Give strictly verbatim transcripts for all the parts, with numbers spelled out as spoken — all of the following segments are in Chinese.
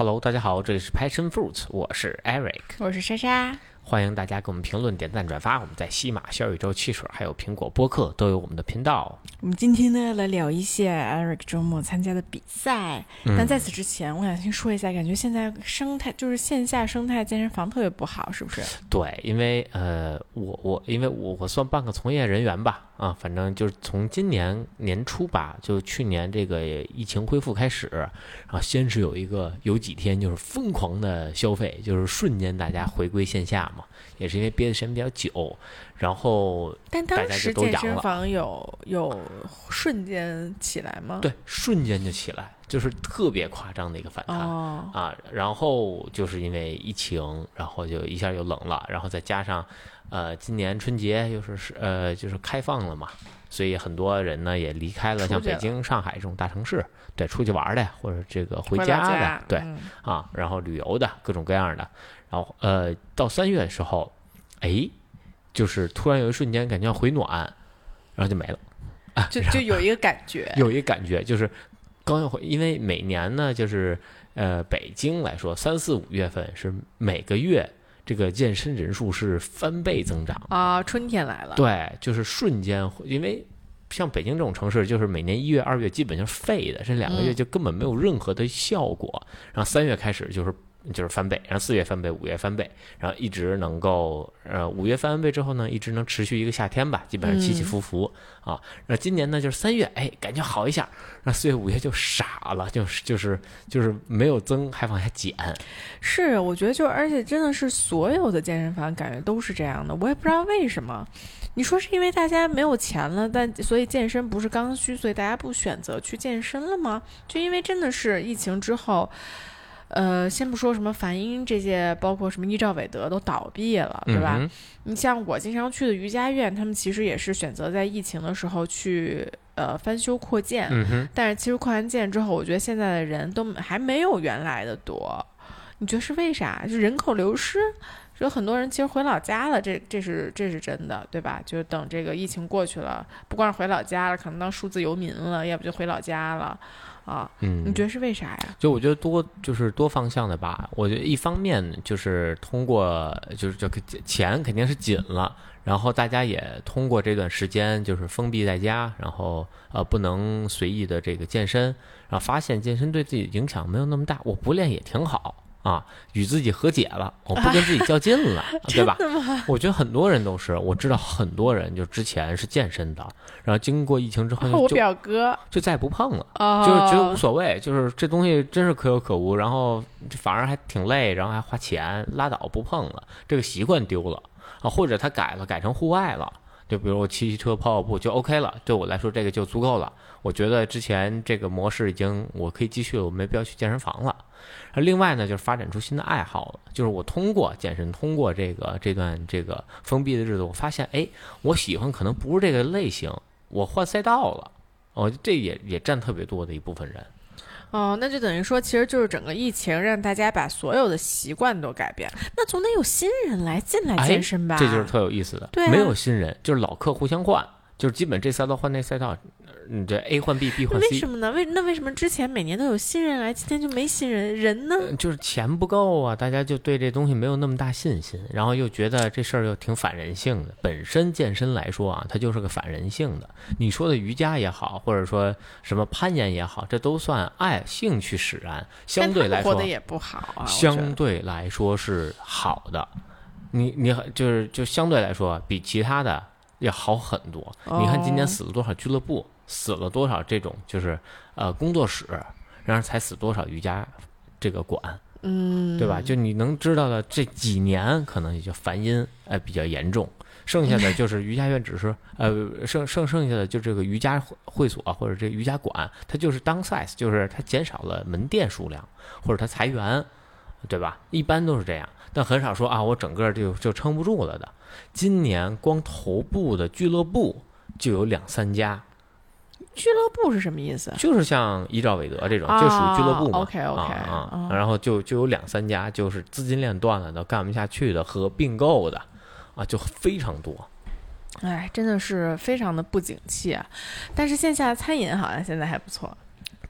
Hello， 大家好，这里是 Passion Fruit， 我是 Eric， 我是莎莎。 欢迎大家给我们评论、点赞、转发。我们在喜马、小宇宙、汽水还有苹果播客都有我们的频道。 我们今天呢来聊一下 Eric 周末参加的比赛， 嗯、 但在此之前，我想先说一下，感觉现在生态就是线下生态健身房特别不好，是不是？ 对，因为呃，我我因为我我算半个从业人员吧，啊，反正就是从今年年初吧，就去年这个疫情恢复开始，然后先是有一个有几天就是疯狂的消费，就是瞬间大家回归线下嘛，也是因为憋的时间比较久，然后但当时健身房有有瞬间起来吗？ 对，瞬间就起来，就是特别夸张的一个反弹、 哦、 啊！然后就是因为疫情，然后就一下就冷了，然后再加上呃今年春节又是呃就是开放了嘛，所以很多人呢也离开了像北京、上海这种大城市，对，出去玩的或者这个回家的， 家对、 嗯、 啊，然后旅游的各种各样的，然后呃到三月的时候，哎，就是突然有一瞬间感觉要回暖，然后就没了。啊、 就就有一个感觉， 有一个感觉就是刚要回，因为每年呢，就是呃，北京来说，三四五月份是每个月这个健身人数是翻倍增长啊，春天来了， 对，就是瞬间，因为像北京这种城市，就是每年一月、二月基本就是废的，这两个月就根本没有任何的效果，嗯、然后三月开始就是。就是翻倍，然后四月翻倍，五月翻倍，然后一直能够，呃，五月翻完倍之后呢，一直能持续一个夏天吧，基本上起起伏伏、嗯、啊。然后今年呢，就是三月，哎，感觉好一下，然后四月、五月就傻了，就是就是就是没有增，还往下减。 是，我觉得就而且真的是所有的健身房感觉都是这样的，我也不知道为什么。你说是因为大家没有钱了，但所以健身不是刚需，所以大家不选择去健身了吗？就因为真的是疫情之后。呃，先不说什么梵音这些，包括什么依照韦德都倒闭了，对吧？ 嗯、 你像我经常去的瑜伽院，他们其实也是选择在疫情的时候去呃翻修扩建、 嗯， 但是其实扩完建之后，我觉得现在的人都还没有原来的多。你觉得是为啥？就人口流失，有很多人其实回老家了，这这是这是真的，对吧？就等这个疫情过去了，不光是回老家了，可能当数字游民了，要不就回老家了。啊， 嗯， 你觉得是为啥呀？ 就我觉得多就是多方向的吧。我觉得一方面就是通过就是这个钱肯定是紧了，然后大家也通过这段时间就是封闭在家，然后呃不能随意的这个健身，然后发现健身对自己的影响没有那么大，我不练也挺好。啊，与自己和解了，我不跟自己较劲了，啊、对吧？我觉得很多人都是，我知道很多人就之前是健身的，然后经过疫情之后就， 哦、我表哥就再也不碰了， 哦、 就是觉得无所谓，就是这东西真是可有可无，然后反而还挺累，然后还花钱，拉倒不碰了，这个习惯丢了啊，或者他改了，改成户外了。就比如我骑骑车跑跑步就 OK 了，对我来说这个就足够了。我觉得之前这个模式已经我可以继续了，我没必要去健身房了。另外呢，就是发展出新的爱好了，就是我通过健身，通过这个这段这个封闭的日子，我发现，哎，我喜欢可能不是这个类型，我换赛道了。哦，这也也占特别多的一部分人。 哦，那就等于说，其实就是整个疫情让大家把所有的习惯都改变，那总得有新人来进来健身吧？ 哎、这就是特有意思的。 对、啊， 没有新人，就是老客互相换，就是基本这赛道换那赛道，你这 A 换 B，B 换 C。 为什么呢？为那为什么之前每年都有新人来，今天就没新人？人呢？ 呃、就是钱不够啊，大家就对这东西没有那么大信心，然后又觉得这事儿又挺反人性的。本身健身来说啊，它就是个反人性的。你说的瑜伽也好，或者说什么攀岩也好，这都算爱兴趣使然，相对来说活得也不好啊。 相对来说是好的，你你就是就相对来说比其他的要好很多。 哦、 你看今年死了多少俱乐部，死了多少这种就是呃工作室，然后才死多少瑜伽这个馆， 嗯， 对吧？就你能知道的这几年可能也就梵音呃比较严重，剩下的就是瑜伽院只是呃剩剩剩下的就这个瑜伽会所或者这个瑜伽馆，它就是 downsize， 就是它减少了门店数量，或者它裁员，对吧？一般都是这样，但很少说啊我整个就就撑不住了的。今年光头部的俱乐部就有两三家。 俱乐部是什么意思？ 就是像依照韦德这种，就属于俱乐部嘛。 哦、OK OK 啊、 哦、 然后就就有两三家，就是资金链断了的，干不下去的和并购的，啊，就非常多。 哎，真的是非常的不景气啊！但是线下餐饮好像现在还不错。 对，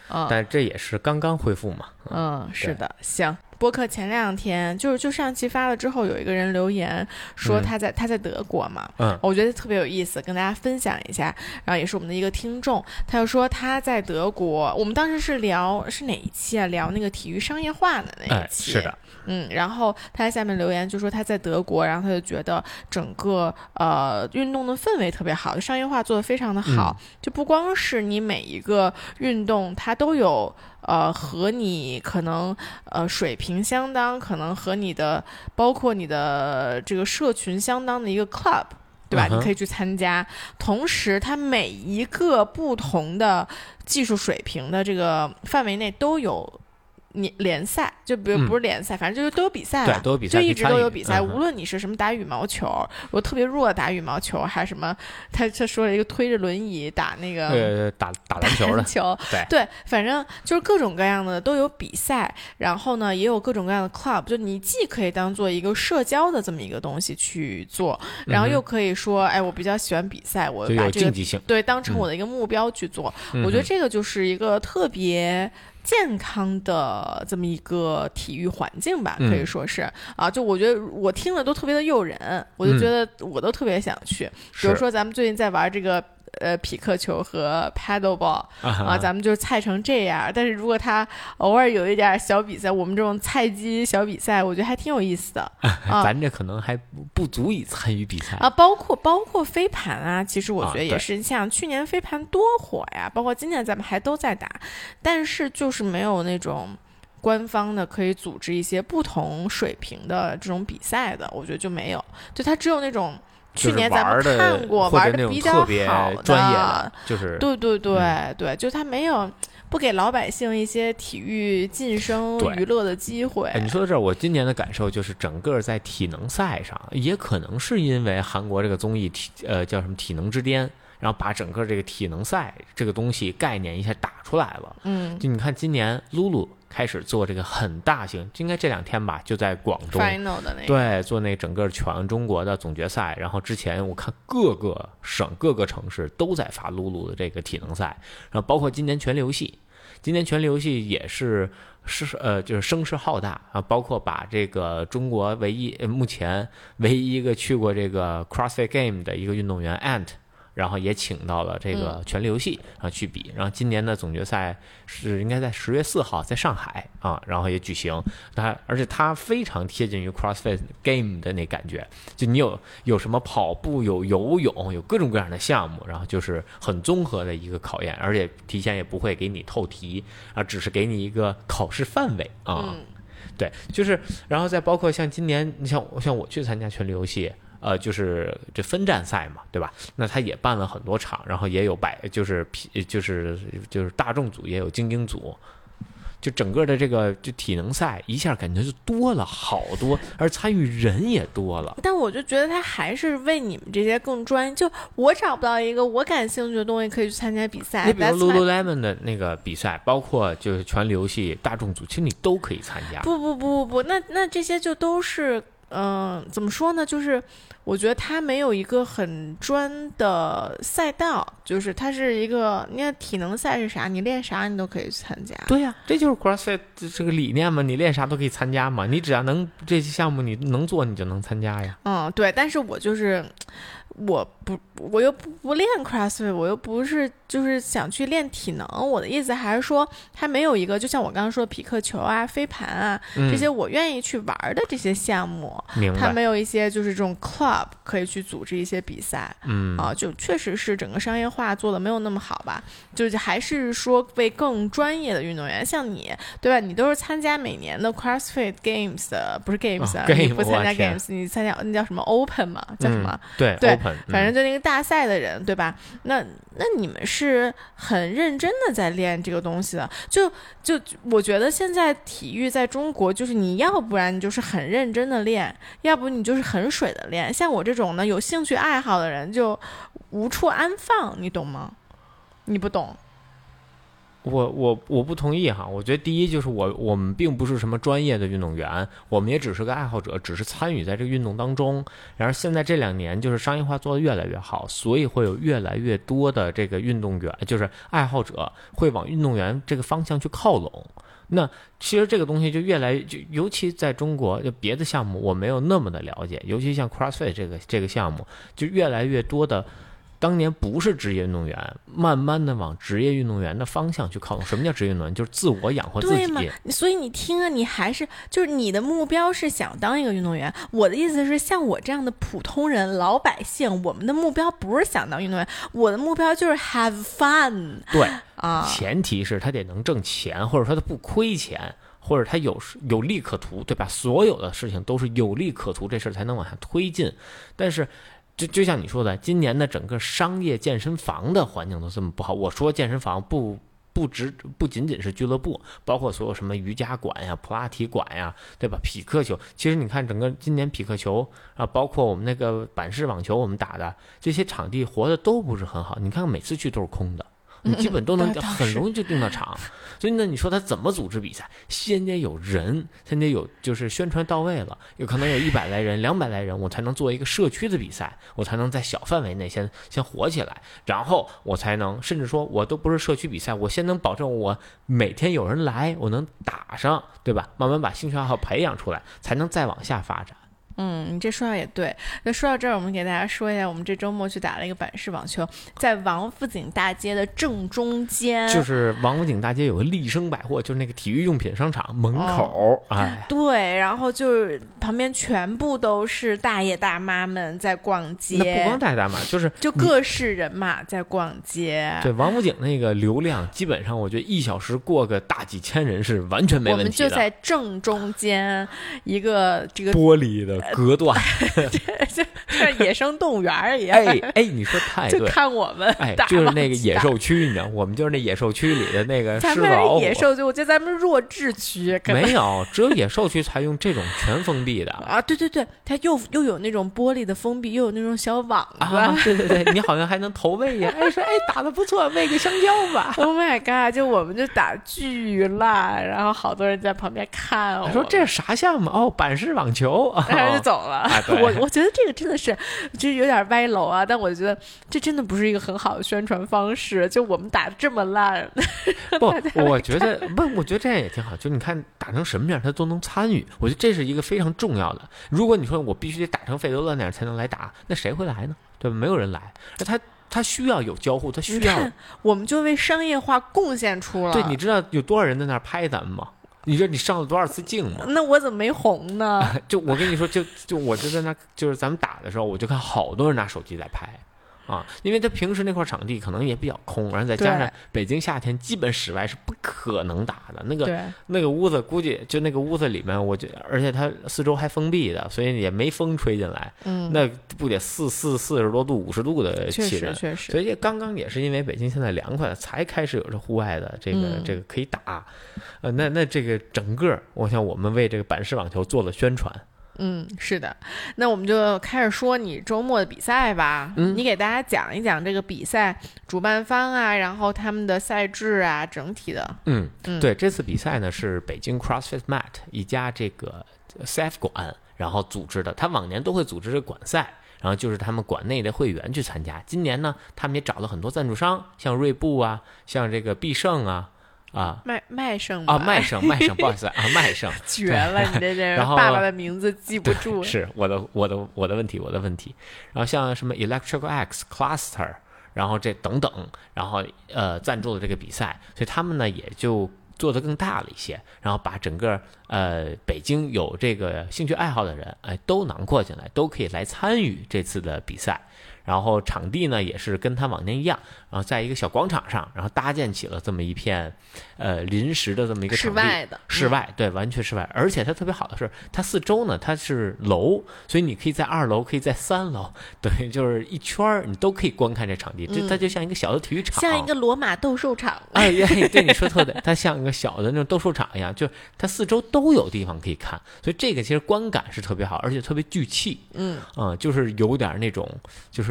嗯， 但这也是刚刚恢复嘛。 嗯，是的，行。播客前两天就是就上期发了之后，有一个人留言说他在、嗯、他在德国嘛， 嗯， 我觉得特别有意思，跟大家分享一下。然后也是我们的一个听众，他就说他在德国，我们当时是聊是哪一期啊？聊那个体育商业化的那一期， 哎、是的， 嗯，然后他在下面留言就说他在德国，然后他就觉得整个呃运动的氛围特别好，商业化做得非常的好、嗯，就不光是你每一个运动它都有。呃，和你可能呃水平相当，可能和你的包括你的这个社群相当的一个 club， 对吧？ Uh-huh. 你可以去参加。同时，它每一个不同的技术水平的这个范围内都有。你联赛就比如不是联赛、嗯，反正就是都有比赛了， 对，都有比赛， 就一直都有比赛。 嗯、 无论你是什么打羽毛球，我特别弱的打羽毛球，还是什么，他他说了一个推着轮椅打那个， 呃，打打篮球的， 篮球， 对对，反正就是各种各样的都有比赛。然后呢，也有各种各样的 club， 就你既可以当做一个社交的这么一个东西去做，然后又可以说，嗯、哎，我比较喜欢比赛，我把这个对当成我的一个目标去做。嗯、我觉得这个就是一个特别。健康的这么一个体育环境吧，可以说是、嗯、啊，就我觉得我听了都特别的诱人，我就觉得我都特别想去。嗯、比如说咱们最近在玩这个呃匹克球和 paddleball 啊, 啊，咱们就是菜成这样。但是如果他偶尔有一点小比赛，我们这种菜鸡小比赛，我觉得还挺有意思的。啊、 咱这可能还不足以参与比赛啊，包括包括飞盘啊，其实我觉得也是，啊、像去年飞盘多火呀，包括今年咱们还都在打，但是就是没有那种官方的可以组织一些不同水平的这种比赛的，我觉得就没有，就它只有那种。去年咱们看过玩的比较好的， 专业的就是对对对、嗯、对，就他没有不给老百姓一些体育晋升娱乐的机会。 哎，你说到这儿，我今年的感受就是，整个在体能赛上，也可能是因为韩国这个综艺体呃叫什么体能之巅，然后把整个这个体能赛这个东西概念一下打出来了。 嗯， 就你看今年露露开始做这个很大型，应该这两天吧，就在广东 final 的那个， 对，做那整个全中国的总决赛。然后之前我看各个省各个城市都在发露露的这个体能赛，然后包括今年全流系，今年全流系也是是呃就是声势浩大啊，包括把这个中国唯一目前唯一一个去过这个 CrossFit Game 的一个运动员 Ant。然后也请到了这个全力游戏啊去比，然后今年的总决赛是应该在十月四号在上海啊，然后也举行。它而且它非常贴近于 CrossFit Game 的那感觉，就你有有什么跑步、有游泳、有各种各样的项目，然后就是很综合的一个考验，而且提前也不会给你透题啊，只是给你一个考试范围啊。 嗯、 对，就是然后再包括像今年，你像像我去参加全力游戏。呃，就是这分站赛嘛，对吧？那他也办了很多场，然后也有百，就是就是就是大众组，也有精英组，就整个的这个就体能赛一下感觉就多了好多，而参与人也多了。 但我就觉得他还是为你们这些更专，就我找不到一个我感兴趣的东西可以去参加比赛。 你比如 Lululemon 的那个比赛，包括就是全力游戏、大众组，其实你都可以参加。 不不不不不，那那这些就都是。嗯，怎么说呢？就是我觉得它没有一个很专的赛道，就是它是一个，你看体能赛是啥，你练啥你都可以去参加。 对呀、啊，这就是 CrossFit 这个理念嘛，你练啥都可以参加嘛，你只要能这些项目你能做，你就能参加呀。 嗯，对，但是我就是。我不，我又不不练 CrossFit， 我又不是就是想去练体能。我的意思还是说，它没有一个，就像我刚刚说的匹克球啊、飞盘啊、嗯、这些我愿意去玩的这些项目，它没有一些就是这种 club 可以去组织一些比赛。 嗯啊，就确实是整个商业化做的没有那么好吧？就是还是说为更专业的运动员，像你对吧？你都是参加每年的 CrossFit Games 的，不是 Games 啊， 哦、 你不参加 Games， 你参加那叫什么 Open 嘛？叫什么？ 嗯、对对。 Open 反正就那个大赛的人，对吧？那那你们是很认真的在练这个东西的，就就我觉得现在体育在中国，就是你要不然你就是很认真的练，要不你就是很水的练。像我这种呢，有兴趣爱好的人就无处安放，你懂吗？你不懂。 我我我不同意哈，我觉得第一就是我我们并不是什么专业的运动员，我们也只是个爱好者，只是参与在这个运动当中。然而现在这两年就是商业化做得越来越好，所以会有越来越多的这个运动员，就是爱好者会往运动员这个方向去靠拢。那其实这个东西就越来越，就尤其在中国，就别的项目我没有那么的了解，尤其像 CrossFit 这个这个项目，就越来越多的。当年不是职业运动员，慢慢的往职业运动员的方向去靠拢。什么叫职业运动员？就是自我养活自己。 对嘛？所以你听啊，你还是就是你的目标是想当一个运动员。我的意思是，像我这样的普通人、老百姓，我们的目标不是想当运动员，我的目标就是 have fun。 对啊， 前提是他得能挣钱，或者说他不亏钱。或者他有有利可图，对吧？所有的事情都是有利可图，这事才能往下推进。但是就就像你说的，今年的整个商业健身房的环境都这么不好。我说健身房不不只不仅仅是俱乐部，包括所有什么瑜伽馆呀、普拉提馆呀，对吧？匹克球，其实你看整个今年匹克球啊，包括我们那个板式网球，我们打的这些场地活的都不是很好。你看每次去都是空的。你基本都能很容易就订到场，所以呢，你说他怎么组织比赛？先得有人，先得有就是宣传到位了，有可能有一百来人、两百来人，我才能做一个社区的比赛，我才能在小范围内先先火起来，然后我才能，甚至说我都不是社区比赛，我先能保证我每天有人来，我能打上，对吧？慢慢把兴趣爱好培养出来，才能再往下发展。 嗯，你这说的也对。那说到这儿，我们给大家说一下，我们这周末去打了一个板式网球，在王府井大街的正中间， 就是王府井大街有个立生百货，就是那个体育用品商场门口，哦、哎， 对，然后就是旁边全部都是大爷大妈们在逛街， 那不光大爷大妈，就是就各式人马在逛街。 对，王府井那个流量，基本上我觉得一小时过个大几千人是完全没问题的。我们就在正中间一个这个玻璃的隔断， 就像野生动物园一样。 哎哎，你说太对， 就看我们哎，就是那个野兽区，你知道，我们就是那野兽区里的那个狮子老虎。野兽区，我觉得咱们弱智区没有，只有野兽区才用这种全封闭的啊！对对对，它又又有那种玻璃的封闭，又有那种小网子。 啊、对对对，你好像还能投喂呀！哎，说哎打得不错，喂个香蕉吧。 Oh my god！ 就我们就打巨烂，然后好多人在旁边看。 他说这是啥项目？哦，板式网球。 然后就走了。 啊、 我我觉得这个真的是，就是有点歪楼啊，但我觉得这真的不是一个很好的宣传方式。就我们打得这么烂， 不，我觉得不，我觉得这样也挺好。就你看打成什么样，他都能参与。我觉得这是一个非常重要的。如果你说我必须得打成费德勒那样才能来打，那谁会来呢？对吧？没有人来。他他需要有交互，他需要。 我们就为商业化贡献出了。 对，你知道有多少人在那儿拍咱们吗？你说你上了多少次镜吗？ 那我怎么没红呢？ 就我跟你说，就就我就在那，就是咱们打的时候，我就看好多人拿手机在拍。啊，因为他平时那块场地可能也比较空，然后再加上北京夏天基本室外是不可能打的，那个那个屋子估计就那个屋子里面，我觉得而且它四周还封闭的，所以也没风吹进来，嗯，那不得四四四十多度、五十度的气人，确实， 所以刚刚也是因为北京现在凉快，才开始有这户外的这个、嗯、这个可以打，呃，那那这个整个，我想我们为这个板式网球做了宣传。 嗯，是的，那我们就开始说你周末的比赛吧。嗯，你给大家讲一讲这个比赛主办方啊，然后他们的赛制啊，整体的。 嗯，嗯对，这次比赛呢是北京 CrossFit Mat 一家这个 C F 馆，然后组织的。他往年都会组织这个馆赛，然后就是他们馆内的会员去参加。今年呢，他们也找了很多赞助商，像锐步啊，像这个必胜啊。啊， 麦麦胜啊，麦胜麦胜，不好意思啊，麦胜绝了，你这这爸爸的名字记不住， 是我的我的我的问题，我的问题。然后像什么 Electrical X、Cluster， 然后这等等，然后呃赞助的这个比赛，所以他们呢也就做得更大了一些，然后把整个呃北京有这个兴趣爱好的人，哎，都囊括进来，都可以来参与这次的比赛。然后场地呢也是跟他往年一样，然后在一个小广场上，然后搭建起了这么一片呃临时的这么一个场地， 室外的， 室外、嗯、对，完全室外。而且它特别好的是，它四周呢它是楼，所以你可以在二楼，可以在三楼，对，就是一圈你都可以观看这场地，这、嗯、它就像一个小的体育场， 像一个罗马斗兽场。 哎哎，对，你说错的，它像一个小的那种斗兽场一样，就它四周都有地方可以看，所以这个其实观感是特别好，而且特别聚气。嗯啊、呃，就是有点那种就是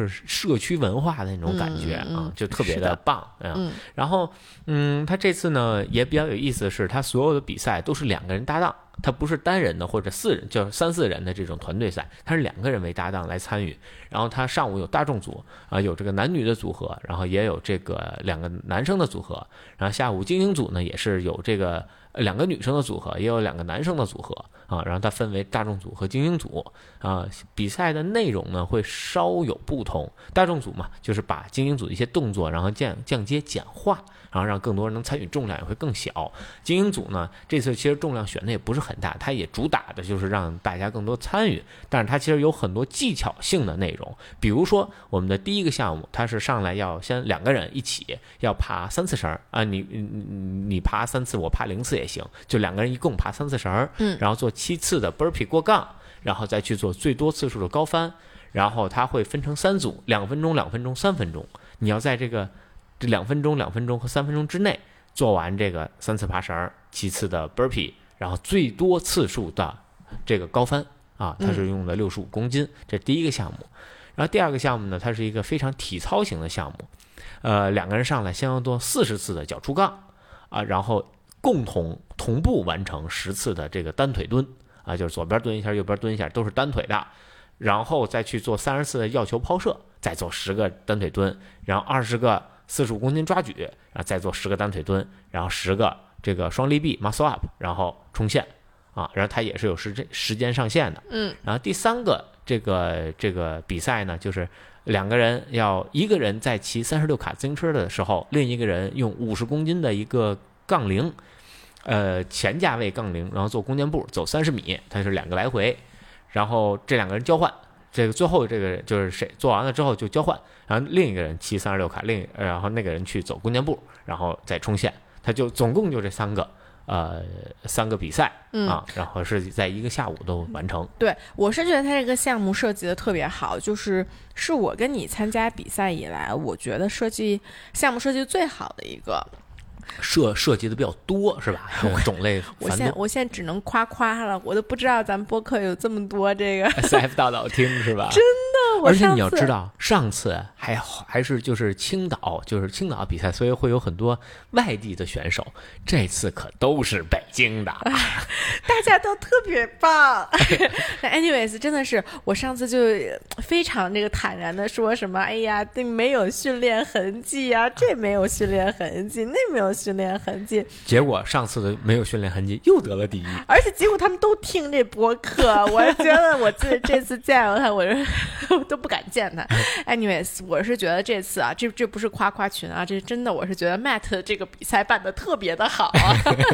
就是社区文化的那种感觉、 嗯、 啊，就特别的棒的、 嗯。然后嗯，他这次呢也比较有意思的是，他所有的比赛都是两个人搭档。它不是单人的或者四人，就是三四人的这种团队赛，它是两个人为搭档来参与。然后它上午有大众组啊，有这个男女的组合，然后也有这个两个男生的组合。然后下午精英组呢也是有这个两个女生的组合，也有两个男生的组合啊。然后它分为大众组和精英组啊。比赛的内容呢会稍有不同。大众组嘛，就是把精英组的一些动作，然后降降阶简化。然后让更多人能参与，重量也会更小。精英组呢，这次其实重量选的也不是很大，它也主打的就是让大家更多参与，但是它其实有很多技巧性的内容。比如说我们的第一个项目，它是上来要先两个人一起要爬三次绳啊，你你你爬三次，我爬零次也行，就两个人一共爬三次绳，嗯，然后做七次的 burpee 过杠，然后再去做最多次数的高翻，然后它会分成三组，两分钟、两分钟、三分钟，你要在这个这两分钟、两分钟和三分钟之内做完这个三次爬绳、七次的 burpee， 然后最多次数的这个高翻啊，它是用的六十五公斤，这是第一个项目。然后第二个项目呢，它是一个非常体操型的项目，呃，两个人上来先要做四十次的脚出杠啊，然后共同同步完成十次的这个单腿蹲啊，就是左边蹲一下，右边蹲一下，都是单腿的，然后再去做三十次的药球抛射，再做十个单腿蹲，然后二十个四十五公斤抓举，然后再做十个单腿蹲，然后十个这个双立臂 muscle up， 然后冲线啊，然后它也是有时时间上限的。嗯，然后第三个这个这个比赛呢，就是两个人要一个人在骑三十六卡自行车的时候，另一个人用五十公斤的一个杠铃，呃前价位杠铃，然后做弓箭步走三十米，它是两个来回，然后这两个人交换。这个最后这个就是谁做完了之后就交换，然后另一个人骑三十六卡，另然后那个人去走弓箭步，然后再冲线，他就总共就这三个呃三个比赛、嗯、啊，然后是在一个下午都完成。 对，我是觉得他这个项目设计的特别好，就是是我跟你参加比赛以来，我觉得设计项目设计最好的一个。 涉涉及的比较多是吧？种类我现在我现在只能夸夸了，我都不知道咱们播客有这么多这个 S F 大岛听是吧？ 真的，我而且你要知道，上次还还是就是青岛，就是青岛比赛，所以会有很多外地的选手。这次可都是北京的， 大家都特别棒。那 anyways， 真的是我上次就非常这个坦然的说什么，哎呀，这没有训练痕迹啊，这没有训练痕迹，那没有训练痕迹， 结果上次的没有训练痕迹又得了第一， 而且结果他们都听这播客，我觉得我这这次见到他，我就都不敢见他。anyways， 我是觉得这次啊，这这不是夸夸群啊，这真的我是觉得 Matt 这个比赛办得特别的好啊。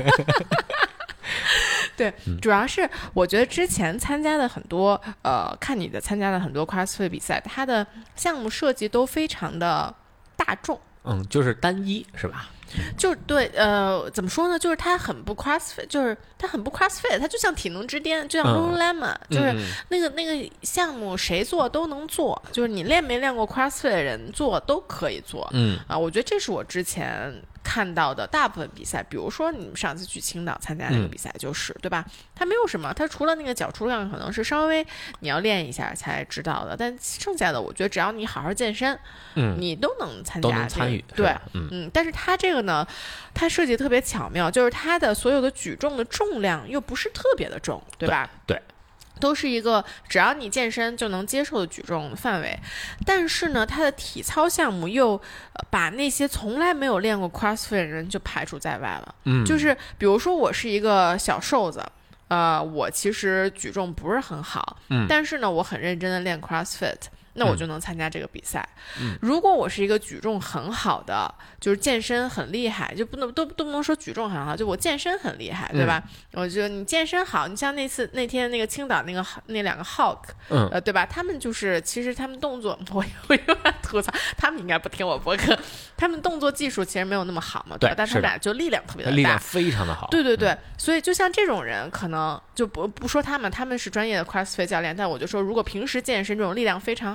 对，主要是我觉得之前参加的很多呃，看你的参加的很多 CrossFit 比赛，它的项目设计都非常的大众， 嗯，就是单一是吧？ 就对，呃，怎么说呢？就是它很不 CrossFit，就是它很不 CrossFit，它就像体能之巅，就像 Lululemon，、嗯、就是那个、嗯、那个项目谁做都能做，就是你练没练过 CrossFit 的人做都可以做。嗯啊，我觉得这是我之前看到的大部分比赛，比如说你们上次去青岛参加那个比赛就是、嗯、对吧？它没有什么，它除了那个脚出量可能是稍微你要练一下才知道的，但剩下的我觉得只要你好好健身，嗯，你都能参加、这个， 都能参与， 对， 嗯嗯，但是它这个呢，它设计特别巧妙，就是它的所有的举重的重量又不是特别的重，对吧？ 对。对， 都是一个只要你健身就能接受的举重范围，但是呢，它的体操项目又把那些从来没有练过 CrossFit 的人就排除在外了。嗯，就是比如说我是一个小瘦子，呃，我其实举重不是很好，嗯，但是呢，我很认真的练 CrossFit。那我就能参加这个比赛、嗯、如果我是一个举重很好的，就是健身很厉害，就不能都都不能说举重很好，就我健身很厉害，对吧、嗯、我觉得你健身好，你像那次那天那个青岛那个那两个 Hawk、嗯、呃，对吧，他们就是其实他们动作我我有点吐槽，他们应该不听我播客，他们动作技术其实没有那么好嘛，对吧？但他们俩就力量特别的大， 力量非常的好， 对对对、嗯、所以就像这种人可能就不不说他们他们是专业的 CrossFit 教练，但我就说如果平时健身这种力量非常好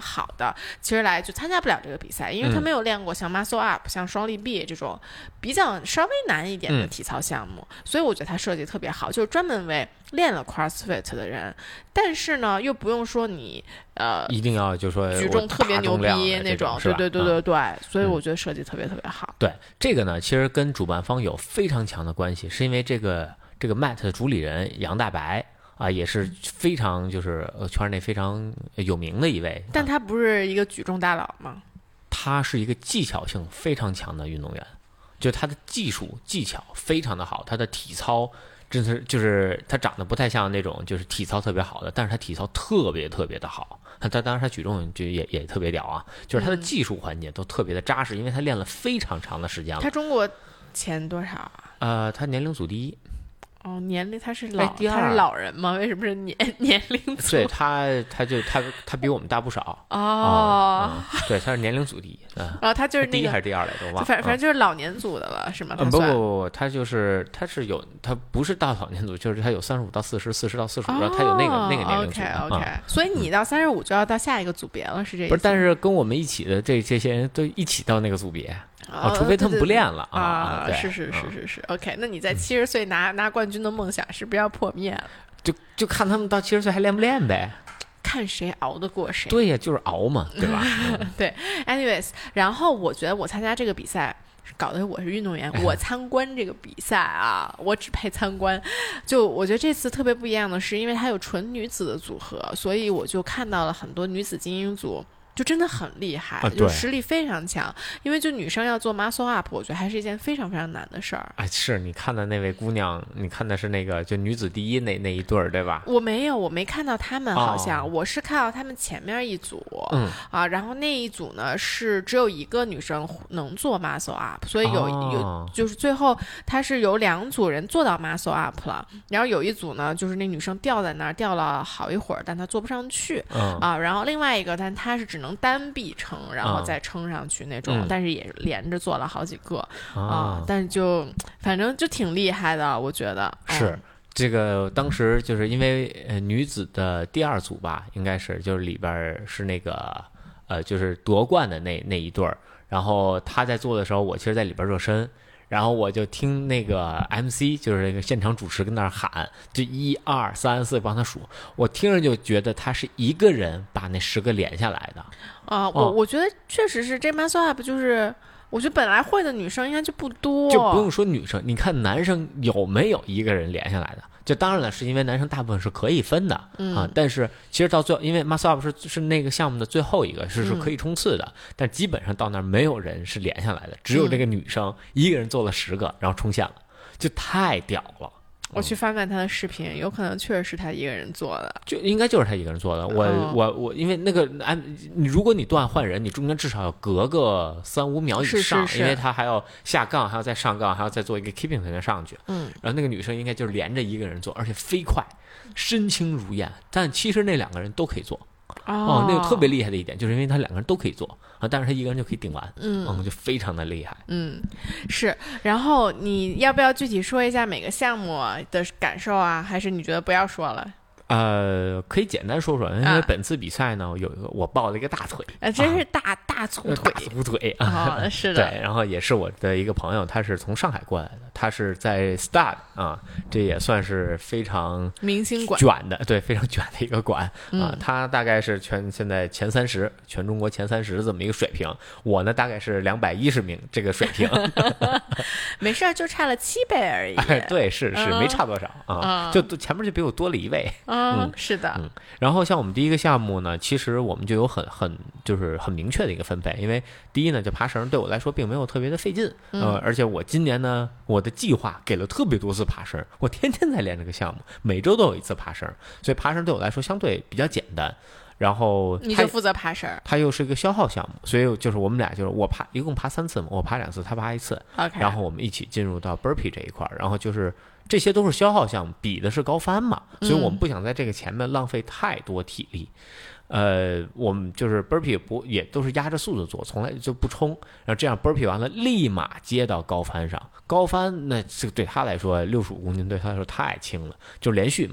好的，其实来就参加不了这个比赛，因为他没有练过像 muscle up、像双力臂这种比较稍微难一点的体操项目，嗯、所以我觉得他设计特别好，就是专门为练了 CrossFit 的人，但是呢又不用说你呃一定要就说举重特别牛逼那种，对对对对对，嗯、所以我觉得设计特别特别好。 对这个呢，其实跟主办方有非常强的关系，是因为这个这个 Mat 的主理人杨大白。啊，也是非常就是呃圈内非常有名的一位， 但他不是一个举重大佬吗？ 他是一个技巧性非常强的运动员，就他的技术技巧非常的好，他的体操真是就是他长得不太像那种就是体操特别好的，但是他体操特别特别的好，他当然他举重就也也特别屌啊，就是他的技术环节都特别的扎实，因为他练了非常长的时间了。 他中国前多少啊？ 呃，他年龄组第一。 哦，年龄他是老，他是老人吗？为什么是年年龄组？ 对他，他就他他比我们大不少哦、 嗯嗯。对，他是年龄组第一。嗯、 然后他就是、那个、 第一还是第二来着？我忘了。 反反正就是老年组的了，是吗？ 嗯，不不不，他就是他是有他不是到老年组，就是他有三十五到四十，四十到四十五，他有那个那个年龄组。 OK OK，、嗯、所以你到三十五就要到下一个组别了，是这意思？ 不是，但是跟我们一起的这这些人都一起到那个组别。啊，除非他们不练了啊！ 啊对是是是是是 ，OK。那你在七十岁拿、嗯、拿冠军的梦想是不是要破灭了？ 就就看他们到七十岁还练不练呗， 看谁熬得过谁。 对呀，就是熬嘛，对吧？ 嗯、对 ，anyways， 然后我觉得我参加这个比赛，搞得我是运动员，我参观这个比赛啊，我只配参观。就我觉得这次特别不一样的是，因为它有纯女子的组合，所以我就看到了很多女子精英组。就真的很厉害、啊，就实力非常强。因为就女生要做 muscle up， 我觉得还是一件非常非常难的事儿。 哎，是你看的那位姑娘，你看的是那个就女子第一那那一对儿，对吧？ 我没有，我没看到他们，好像、哦、我是看到他们前面一组， 嗯啊，然后那一组呢是只有一个女生能做 muscle up， 所以有、哦、有就是最后她是有两组人做到 muscle up 了，然后有一组呢就是那女生吊在那儿吊了好一会儿，但她做不上去， 嗯、 啊，然后另外一个但她是只能单臂撑，然后再撑上去那种， 嗯、 但是也连着做了好几个、 啊, 啊，但是就反正就挺厉害的，我觉得是、 嗯、 这个当时就是因为呃女子的第二组吧，应该是就是里边是那个呃就是夺冠的那那一对儿，然后她在做的时候，我其实在里边热身。然后我就听那个 M C， 就是那个现场主持跟那儿喊，就一二三四帮他数，我听着就觉得他是一个人把那十个连下来的。 啊、呃，我、哦、我觉得确实是这 muscle up 就是。我觉得本来会的女生应该就不多， 就不用说女生，你看男生有没有一个人连下来的？就当然了，是因为男生大部分是可以分的、 嗯、 啊，但是其实到最后，因为 muscle up 是是那个项目的最后一个，是是可以冲刺的、嗯，但基本上到那儿没有人是连下来的，只有这个女生、嗯、一个人做了十个，然后冲线了，就太屌了。 我去翻翻他的视频，有可能确实是他一个人做的， 就应该就是他一个人做的。我、哦、我我，因为那个哎，你如果你断换人，你中间至少要隔个三五秒以上， 是是是， 因为他还要下杠，还要再上杠，还要再做一个 keeping 才能上去。 嗯， 然后那个女生应该就是连着一个人做，而且飞快，身轻如燕。但其实那两个人都可以做。 哦, 哦，那个特别厉害的一点，就是因为他两个人都可以做啊，但是他一个人就可以顶完， 嗯， 嗯，就非常的厉害， 嗯，是。然后你要不要具体说一下每个项目的感受啊？还是你觉得不要说了？ 呃，可以简单说说，因为本次比赛呢，有一个我抱了一个大腿， 啊，真是大、啊、大粗腿， 大粗腿啊、哦，是的， 对，然后也是我的一个朋友，他是从上海过来的，他是在 Stud 啊，这也算是非常明星馆卷的，对，非常卷的一个馆、 嗯、 啊，他大概是全现在前三十，全中国前三十这么一个水平，我呢大概是两百一十名这个水平， 没事，就差了七倍而已， 哎、对，是是、嗯、没差多少啊， 嗯、 就前面就比我多了一位。 嗯，是的， 嗯，然后像我们第一个项目呢，其实我们就有很很就是很明确的一个分配，因为第一呢，就爬绳对我来说并没有特别的费劲， 嗯、 呃，而且我今年呢，我的计划给了特别多次爬绳，我天天在练这个项目，每周都有一次爬绳，所以爬绳对我来说相对比较简单。然后你就负责爬绳， 它又是一个消耗项目，所以就是我们俩就是我爬一共爬三次嘛，我爬两次，他爬一次， okay. 然后我们一起进入到 burpee 这一块，然后就是这些都是消耗项目，比的是高翻嘛，所以我们不想在这个前面浪费太多体力。嗯、呃，我们就是 burpee 不也都是压着速度做，从来就不冲，然后这样 burpee 完了立马接到高翻上，高翻那这对他来说六十五公斤对他来说太轻了，就连续嘛。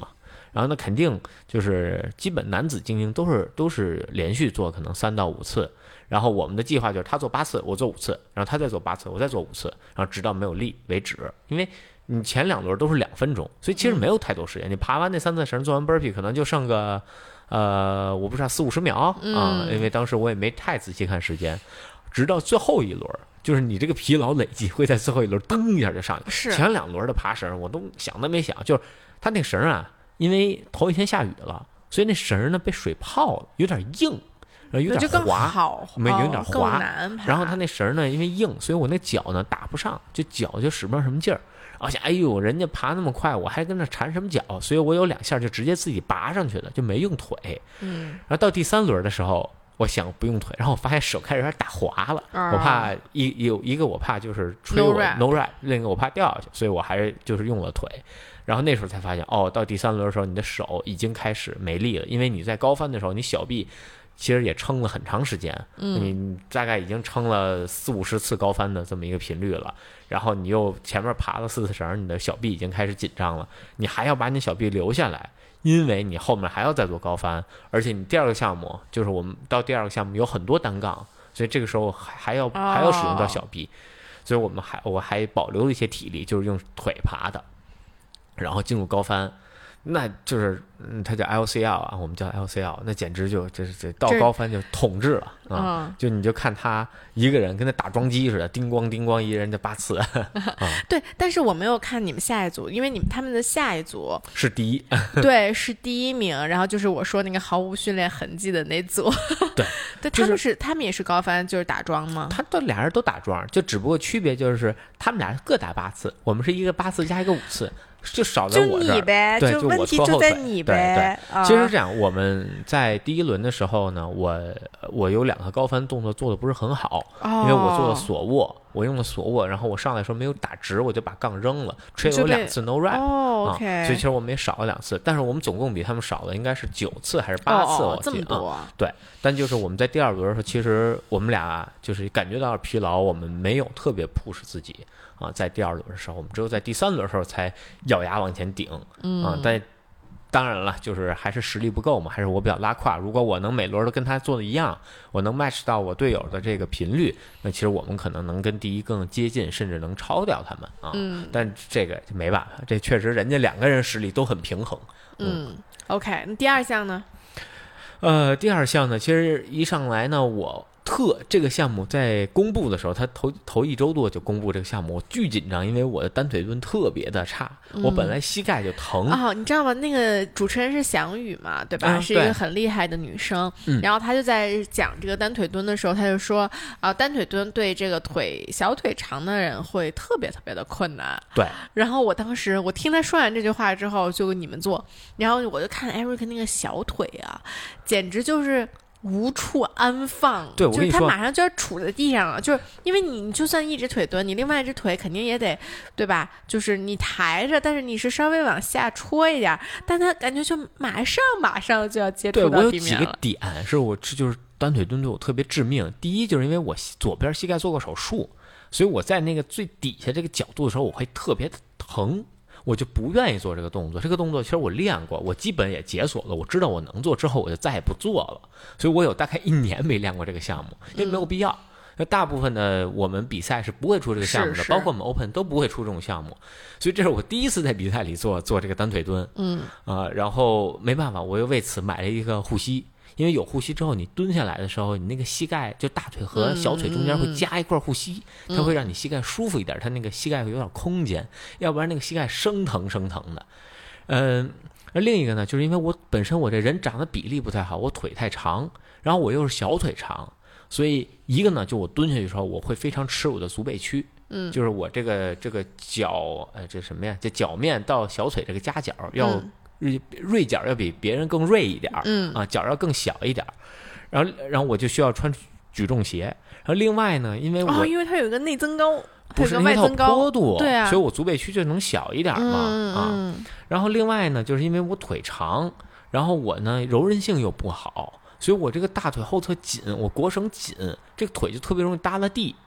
然后呢，肯定就是基本男子精英都是都是连续做可能三到五次，然后我们的计划就是他做八次，我做五次，然后他再做八次，我再做五次，然后直到没有力为止。因为你前两轮都是两分钟，所以其实没有太多时间。你爬完那三次绳，做完 burpee 可能就剩个呃，我不知道四五十秒啊、呃，因为当时我也没太仔细看时间，直到最后一轮。就是你这个疲劳累积会在最后一轮噔一下就上去。 是前两轮的爬绳我都想都没想，就是他那绳啊，因为头一天下雨了，所以那绳呢被水泡了，有点硬，然后有点滑，没有点滑。然后他那绳呢因为硬，所以我那脚呢打不上，就脚就使不上什么劲儿。而且哎呦，人家爬那么快，我还跟那缠什么脚？所以我有两下就直接自己拔上去了，就没用腿。 嗯， 然后到第三轮的时候。我想不用腿，然后我发现手开始有点打滑了，哦、我怕一有一个我怕就是吹我 no rap， 另一个我怕掉下去，所以我还是就是用了腿。然后那时候才发现，哦，到第三轮的时候，你的手已经开始没力了，因为你在高翻的时候，你小臂其实也撑了很长时间， 嗯， 你大概已经撑了四五十次高翻的这么一个频率了。然后你又前面爬了四次绳，你的小臂已经开始紧张了，你还要把你小臂留下来。因为你后面还要再做高翻，而且你第二个项目就是我们到第二个项目有很多单杠，所以这个时候还还要还要使用到小臂，所以我们还我还保留了一些体力，就是用腿爬的，然后进入高翻。那就是嗯，它叫 L C L 啊，我们叫 L C L， 那简直就就是这到高翻就统治了啊！ 嗯、 就你就看他一个人跟那打桩机似的，叮咣叮咣，一人就八次。啊、 对，但是我没有看你们下一组，因为你们他们的下一组是第一， 对，是第一名，然后就是我说那个毫无训练痕迹的那组。 对， 对，他们是、就是、他们也是高翻，就是打桩吗？ 他都俩人都打桩，就只不过区别就是他们俩各打八次，我们是一个八次加一个五次。就少在我这儿， 就你呗， 对， 就问题就在你呗。 对对，其实这样，我们在第一轮的时候呢，我我有两个高翻动作做的不是很好， 哦、 因为我做了锁握，我用了锁握，然后我上来的时候没有打直，我就把杠扔了，吹了有两次 no rap， 哦、OK，、 啊、所以其实我们也少了两次，但是我们总共比他们少了应该是九次还是八次， 哦、 我这么多、 啊。对，但就是我们在第二轮的时候，其实我们俩就是感觉到了疲劳，我们没有特别 push 自己。啊，在第二轮的时候，我们只有在第三轮的时候才咬牙往前顶， 嗯啊，但当然了，就是还是实力不够嘛，还是我比较拉胯。如果我能每轮都跟他做的一样，我能 match 到我队友的这个频率，那其实我们可能能跟第一更接近，甚至能超掉他们啊。 嗯， 但这个就没办法，这确实人家两个人实力都很平衡。 嗯, 嗯 ，OK， 那第二项呢？ 呃，第二项呢，其实一上来呢，我。特这个项目在公布的时候，他头头一周多就公布这个项目，我巨紧张，因为我的单腿蹲特别的差， 嗯、 我本来膝盖就疼。 哦，你知道吗？那个主持人是翔宇嘛，对吧？ 嗯、 是一个很厉害的女生。 嗯、 然后她就在讲这个单腿蹲的时候，她就说啊、呃，单腿蹲对这个腿小腿长的人会特别特别的困难。 对。 然后我当时我听她说完这句话之后，就你们做，然后我就看 Eric 那个小腿啊，简直就是。无处安放， 对，我跟你说， 就是他马上就要杵在地上了，就是因为你就算一只腿蹲，你另外一只腿肯定也得，对吧？就是你抬着，但是你是稍微往下戳一点，但他感觉就马上马上就要接触到地面了。 对，我有几个点是我这就是单腿蹲对我特别致命。第一，就是因为我左边膝盖做过手术，所以我在那个最底下这个角度的时候，我会特别的疼。我就不愿意做这个动作，这个动作其实我练过，我基本也解锁了，我知道我能做之后，我就再也不做了。所以我有大概一年没练过这个项目，因为没有必要。那、嗯、大部分的我们比赛是不会出这个项目的， 是是包括我们 Open 都不会出这种项目。所以这是我第一次在比赛里做做这个单腿蹲， 嗯啊、呃，然后没办法，我又为此买了一个护膝。因为有护膝之后，你蹲下来的时候，你那个膝盖就大腿和小腿中间会加一块护膝， 嗯、 它会让你膝盖舒服一点，它那个膝盖会有点空间，要不然那个膝盖生疼生疼的。嗯，而另一个呢，就是因为我本身我这人长得比例不太好，我腿太长，然后我又是小腿长，所以一个呢，就我蹲下去的时候，我会非常吃我的足背屈。 嗯， 就是我这个这个脚，呃，这什么呀？这脚面到小腿这个夹角要。 嗯锐锐角要比别人更锐一点， 嗯啊，角要更小一点，然后然后我就需要穿举重鞋，然后另外呢，因为我、 哦、因为它有一个内增高， 不是它有个外增高坡度， 对啊， 所以我足背屈就能小一点嘛， 嗯、 啊， 嗯、 然后另外呢，就是因为我腿长，然后我呢柔韧性又不好，所以我这个大腿后侧紧，我腘绳紧，这个腿就特别容易耷拉地。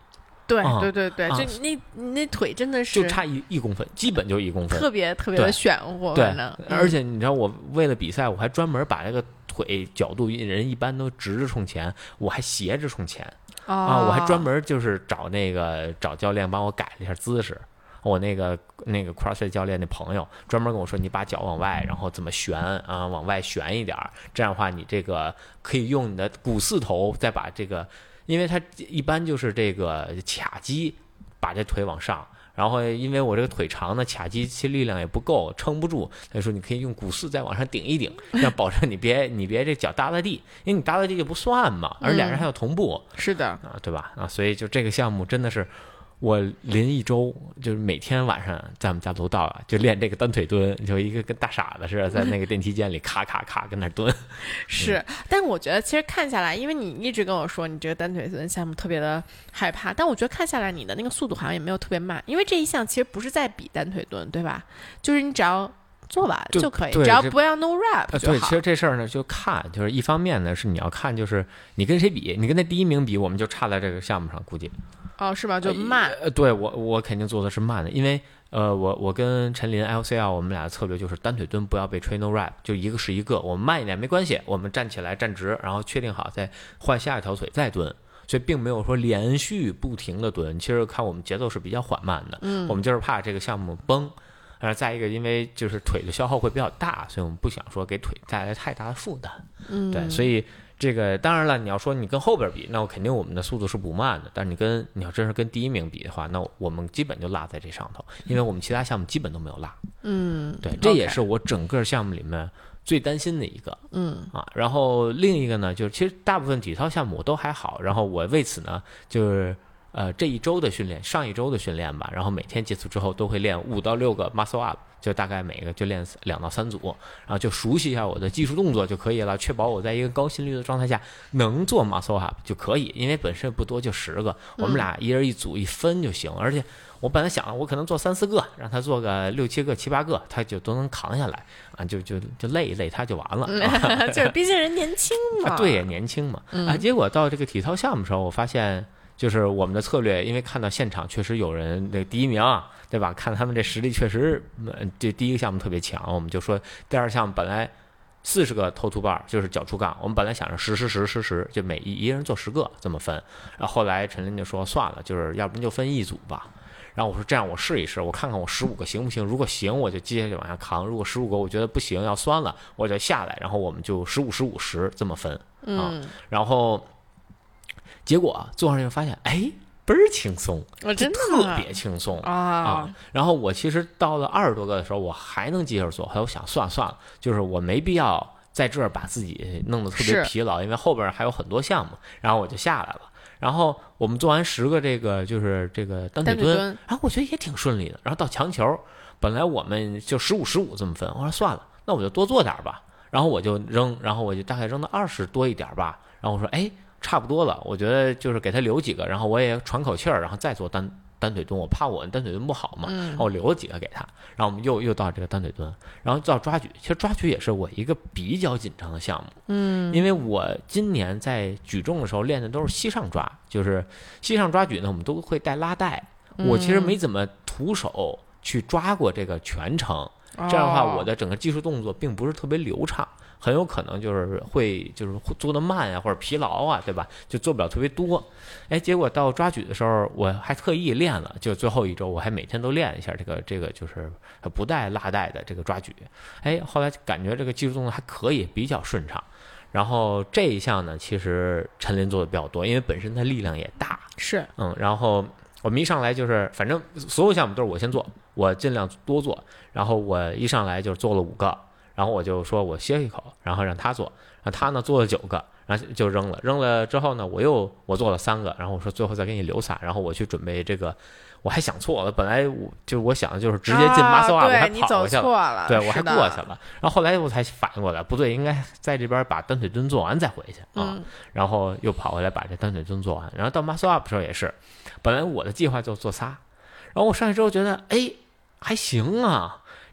对啊、 对对对， 啊、 就那你那腿真的是就差一一公分，基本就一公分， 特别特别的玄乎。 对， 反正而且你知道，我为了比赛，我还专门把这个腿角度，人一般都直着冲前，我还斜着冲前、 哦、 啊，我还专门就是找那个找教练帮我改了一下姿势。我那个那个 CrossFit 教练那朋友专门跟我说，你把脚往外，然后怎么旋啊，往外旋一点，这样的话你这个可以用你的股四头再把这个，因为它一般就是这个卡肌把这腿往上，然后因为我这个腿长呢，卡肌其实力量也不够，撑不住，他说你可以用股四再往上顶一顶，这样保证你别你别这脚搭在地，因为你搭在地就不算嘛，而俩人还要同步、 嗯、是的啊，对吧？啊，所以就这个项目真的是。我临一周就是每天晚上在我们家楼道啊，就练这个单腿蹲，就一个跟大傻子似的，在那个电梯间里咔咔咔跟那蹲。 是， 嗯、 但我觉得其实看下来，因为你一直跟我说你这个单腿蹲项目特别的害怕，但我觉得看下来你的那个速度好像也没有特别慢，因为这一项其实不是在比单腿蹲，对吧？就是你只要做完就可以，只要不要 no rap 就好。 对，其实这事儿呢就看，就是一方面呢是你要看，就是你跟谁比，你跟那第一名比，我们就差在这个项目上，估计。 哦，是吗？就慢。 呃，对我我肯定做的是慢的，因为呃，我我跟陈林 L C L 我们俩的策略就是单腿蹲不要被吹 no rap， 就一个是一个，我们慢一点没关系，我们站起来站直，然后确定好再换下一条腿再蹲，所以并没有说连续不停的蹲，其实看我们节奏是比较缓慢的， 嗯， 我们就是怕这个项目崩。然后再一个，因为就是腿的消耗会比较大，所以我们不想说给腿带来太大的负担。 嗯， 对，所以这个当然了，你要说你跟后边比，那我肯定我们的速度是不慢的。但是你跟你要真是跟第一名比的话，那我们基本就落在这上头，因为我们其他项目基本都没有落。 嗯， 对，这也是我整个项目里面最担心的一个。 嗯啊，然后另一个呢，就是其实大部分体操项目我都还好，然后我为此呢就是。呃，这一周的训练，上一周的训练吧，然后每天结束之后都会练五到六个 muscle up， 就大概每个就练两到三组，然后就熟悉一下我的技术动作就可以了，确保我在一个高心率的状态下能做 muscle up 就可以，因为本身不多，就十个，我们俩一人一组一分就行，而且我本来想我可能做三四个，让他做个六七个、七八个，他就都能扛下来啊，就就就累一累他就完了， 啊、就是毕竟人年轻嘛， 啊对呀，年轻嘛，啊，结果到这个体操项目的时候，我发现。就是我们的策略，因为看到现场确实有人这第一名，对吧？看他们这实力确实，这第一个项目特别强，我们就说第二项目本来四十个 toe to bar 就是脚触杠，我们本来想着十十十十十，就每一一人做十个这么分。然后后来陈林就说算了，就是要不然就分一组吧。然后我说这样我试一试，我看看我十五个行不行？如果行，我就接下去往下扛；如果十五个我觉得不行要酸了，我就下来。然后我们就十五十五十这么分啊。 嗯、 然后。结果做上去发现，哎，倍儿轻松， 我真的特别轻松啊、 啊！然后我其实到了二十多个的时候，我还能接着做，后来我想算了算了，就是我没必要在这儿把自己弄得特别疲劳，因为后边还有很多项目，然后我就下来了。然后我们做完十个这个就是这个单腿蹲， 蹲然后我觉得也挺顺利的。然后到强球，本来我们就十五十五这么分，我说算了，那我就多做点吧。然后我就扔，然后我就大概扔到二十多一点吧。然后我说，哎。差不多了，我觉得就是给他留几个，然后我也喘口气儿，然后再做单单腿蹲。我怕我单腿蹲不好嘛，然后我留了几个给他。然后我们又又到这个单腿蹲，然后到抓举。其实抓举也是我一个比较紧张的项目， 嗯， 因为我今年在举重的时候练的都是膝上抓，就是膝上抓举呢，我们都会带拉带。我其实没怎么徒手去抓过这个全程，这样的话，我的整个技术动作并不是特别流畅。很有可能就是会就是做得慢啊，或者疲劳啊，对吧？就做不了特别多。哎，结果到抓举的时候，我还特意练了，就最后一周我还每天都练一下这个这个就是不带拉带的这个抓举。哎，后来感觉这个技术动作还可以，比较顺畅。然后这一项呢，其实陈林做的比较多，因为本身他力量也大。 是， 嗯，然后我们一上来就是，反正所有项目都是我先做，我尽量多做。然后我一上来就做了五个。然后我就说我歇一口，然后让他做，然后他呢做了九个，然后就扔了，扔了之后呢，我又我做了三个，然后我说最后再给你留仨，然后我去准备这个，我还想错了，本来我就是我想的就是直接进 muscle up，、啊、我还跑过去了， 了对我还过去了，然后后来我才反应过来，不对，应该在这边把单腿蹲做完再回去啊、 嗯， 然后又跑回来把这单腿蹲做完，然后到 muscle up 的时候也是，本来我的计划就做仨，然后我上去之后觉得哎还行啊。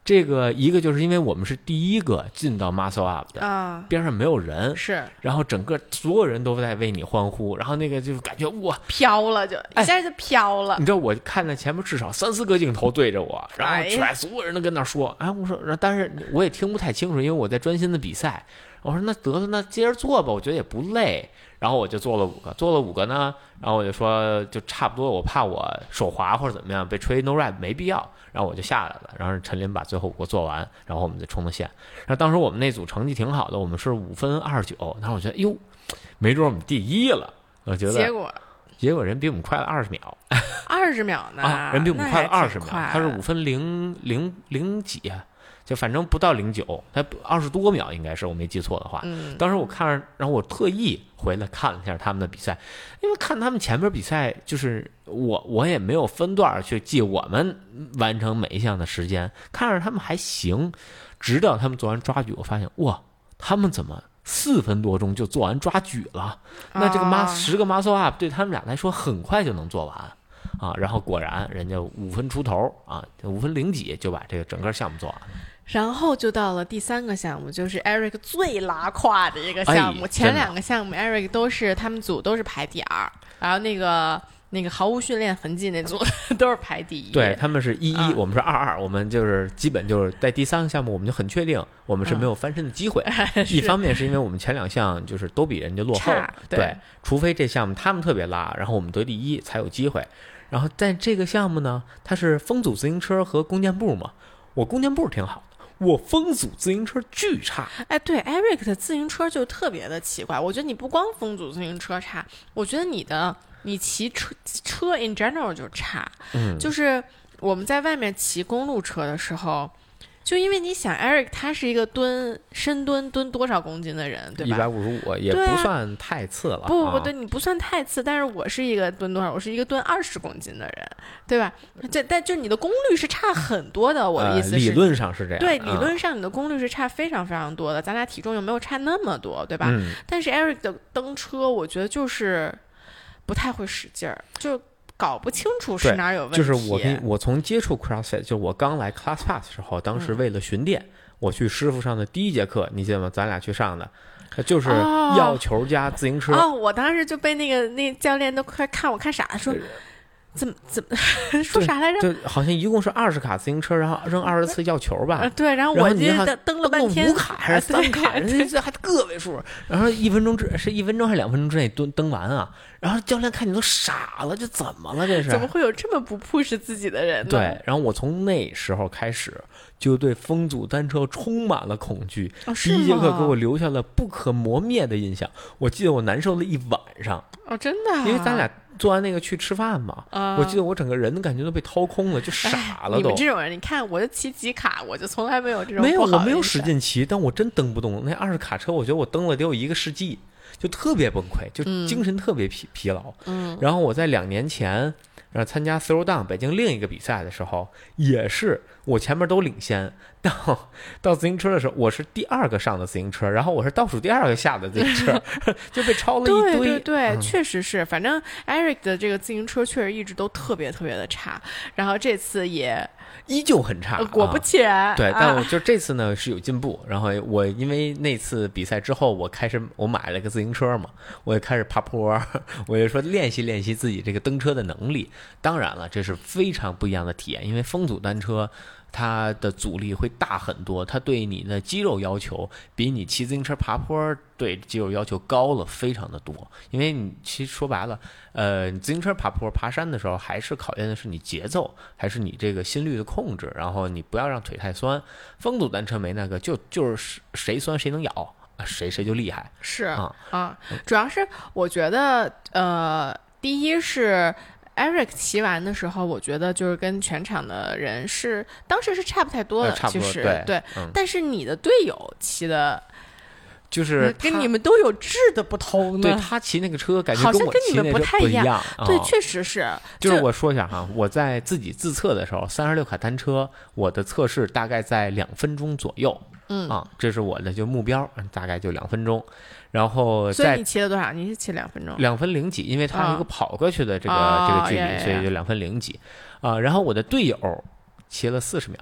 这个一个就是因为我们是第一个进到 muscle up 的啊， 边上没有人， 是， 然后整个所有人都在为你欢呼，然后那个就感觉哇飘了就，一下就飘了。 你知道我看到前面至少三四个镜头对着我，然后哎出来所有人都跟那说，哎，我说，但是我也听不太清楚，因为我在专心的比赛。我说那得了，那接着做吧，我觉得也不累。然后我就做了五个，做了五个呢，然后我就说就差不多，我怕我手滑或者怎么样被吹 no rep 没必要，然后我就下来了。然后陈林把最后五个做完，然后我们就冲的线。然后当时我们那组成绩挺好的，我们是五分二十九。然后我觉得哟，没准我们第一了。我觉得结果结果人比我们快了二十秒， 二十秒呢、 啊，人比我们快了二十秒， 他他是五分零零零几啊。就反正不到零九，他二十多秒应该是，我没记错的话。 嗯， 当时我看着，然后我特意回来看了一下他们的比赛，因为看他们前面比赛，就是我我也没有分段去记我们完成每一项的时间，看着他们还行，直到他们做完抓举，我发现哇，他们怎么四分多钟就做完抓举了？那这个 mus 十个 muscle up 对他们俩来说很快就能做完。啊，然后果然人家五分出头啊，五分零几就把这个整个项目做完了。 然后就到了第三个项目，就是 Eric 最拉胯的一个项目。哎、前两个项目 Eric 都是他们组都是排第二，然后那个那个毫无训练痕迹那组都是排第一。 对，他们是一一、嗯，我们是二二，我们就是基本就是在第三个项目，我们就很确定我们是没有翻身的机会。嗯、一方面是因为我们前两项就是都比人家落后， 对， 对，除非这项目他们特别拉，然后我们得第一才有机会。然后在这个项目呢，它是风阻自行车和弓箭步嘛，我弓箭步挺好的，我风阻自行车巨差。 哎，对 ，Eric 的自行车就特别的奇怪。我觉得你不光风阻自行车差，我觉得你的你骑车车 in general 就差。 嗯， 就是我们在外面骑公路车的时候。就因为你想 Eric 他是一个蹲深蹲蹲多少公斤的人，对吧？ 一百五十五也不算太次了。 啊、不不不，对，你不算太次，但是我是一个蹲多少？我是一个蹲二十公斤的人，对吧？这但就你的功率是差很多的。我的意思是， 呃、理论上是这样。 对，理论上你的功率是差非常非常多的。咱俩体重又没有差那么多，对吧？ 嗯、 但是 Eric 的蹬车，我觉得就是不太会使劲儿，就。搞不清楚是哪有问题。 就是我跟我从接触 CrossFit， 就我刚来 Class Pass 的时候，当时为了巡店，嗯、我去师傅上的第一节课，你记得吗？咱俩去上的，就是要球加自行车。 哦，我当时就被那个那教练都快看我看傻了，说。怎么怎么说啥来着？ 就好像一共是二十卡自行车，然后扔二十次要球吧。 呃、对，然后我就蹬蹬了半天， 五卡还是三卡，人家这还个位数。然后一分钟之是一分钟还是两分钟之内蹬蹬完啊？然后教练看你都傻了，这怎么了？这是怎么会有这么不 push 自己的人呢？ 对，然后我从那时候开始就对风阻单车充满了恐惧。 哦、 第一节课给我留下了不可磨灭的印象。我记得我难受了一晚上。 哦，真的、啊？ 因为咱俩。做完那个去吃饭嘛、 uh, 我记得我整个人的感觉都被掏空了，就傻了都、哎、 你们这种人，你看我就骑几卡，我就从来没有这种没有，我没有使劲骑，但我真蹬不动。那二十卡车，我觉得我蹬了得有一个世纪，就特别崩溃，就精神特别疲、嗯、疲劳。 嗯， 然后我在两年前，然后参加 Throwdown 北京另一个比赛的时候，也是我前面都领先，到到自行车的时候，我是第二个上的自行车，然后我是倒数第二个下的自行车，就被超了一堆。 对对对， 嗯、 确实是，反正 Eric 的这个自行车确实一直都特别特别的差，然后这次也。 依旧很差， 果不其然。 啊、对，但我就这次呢是有进步。然后我因为那次比赛之后，我开始我买了个自行车嘛，我也开始爬坡，我就说练习练习自己这个蹬车的能力。当然了，这是非常不一样的体验，因为风阻单车它的阻力会大很多，它对你的肌肉要求比你骑自行车爬坡对肌肉要求高了非常的多。因为你其实说白了，呃，自行车爬坡爬山的时候，还是考验的是你节奏，还是你这个心率的控制，然后你不要让腿太酸。风阻单车没那个，就就是谁酸谁能咬，谁谁就厉害。 是啊啊，主要是我觉得，呃，第一是。Eric 骑完的时候，我觉得就是跟全场的人是当时是差不太多的， 呃、差不多其实对。 对嗯、 但是你的队友骑的， 就是跟你们都有质的不同对他骑那个车，感觉好像跟你我骑那们不太一样。样对， 哦、 确实是。 就是我说一下哈，我在自己自测的时候，三十六卡单车，我的测试大概在两分钟左右。 嗯啊，这是我的就目标，大概就两分钟。然后所以你骑了多少？你是骑两分钟？ 两分零几，因为它是一个跑过去的这个、 哦、 这个距离， 哦、 所以就两分零几。啊、呃，然后我的队友骑了四十秒。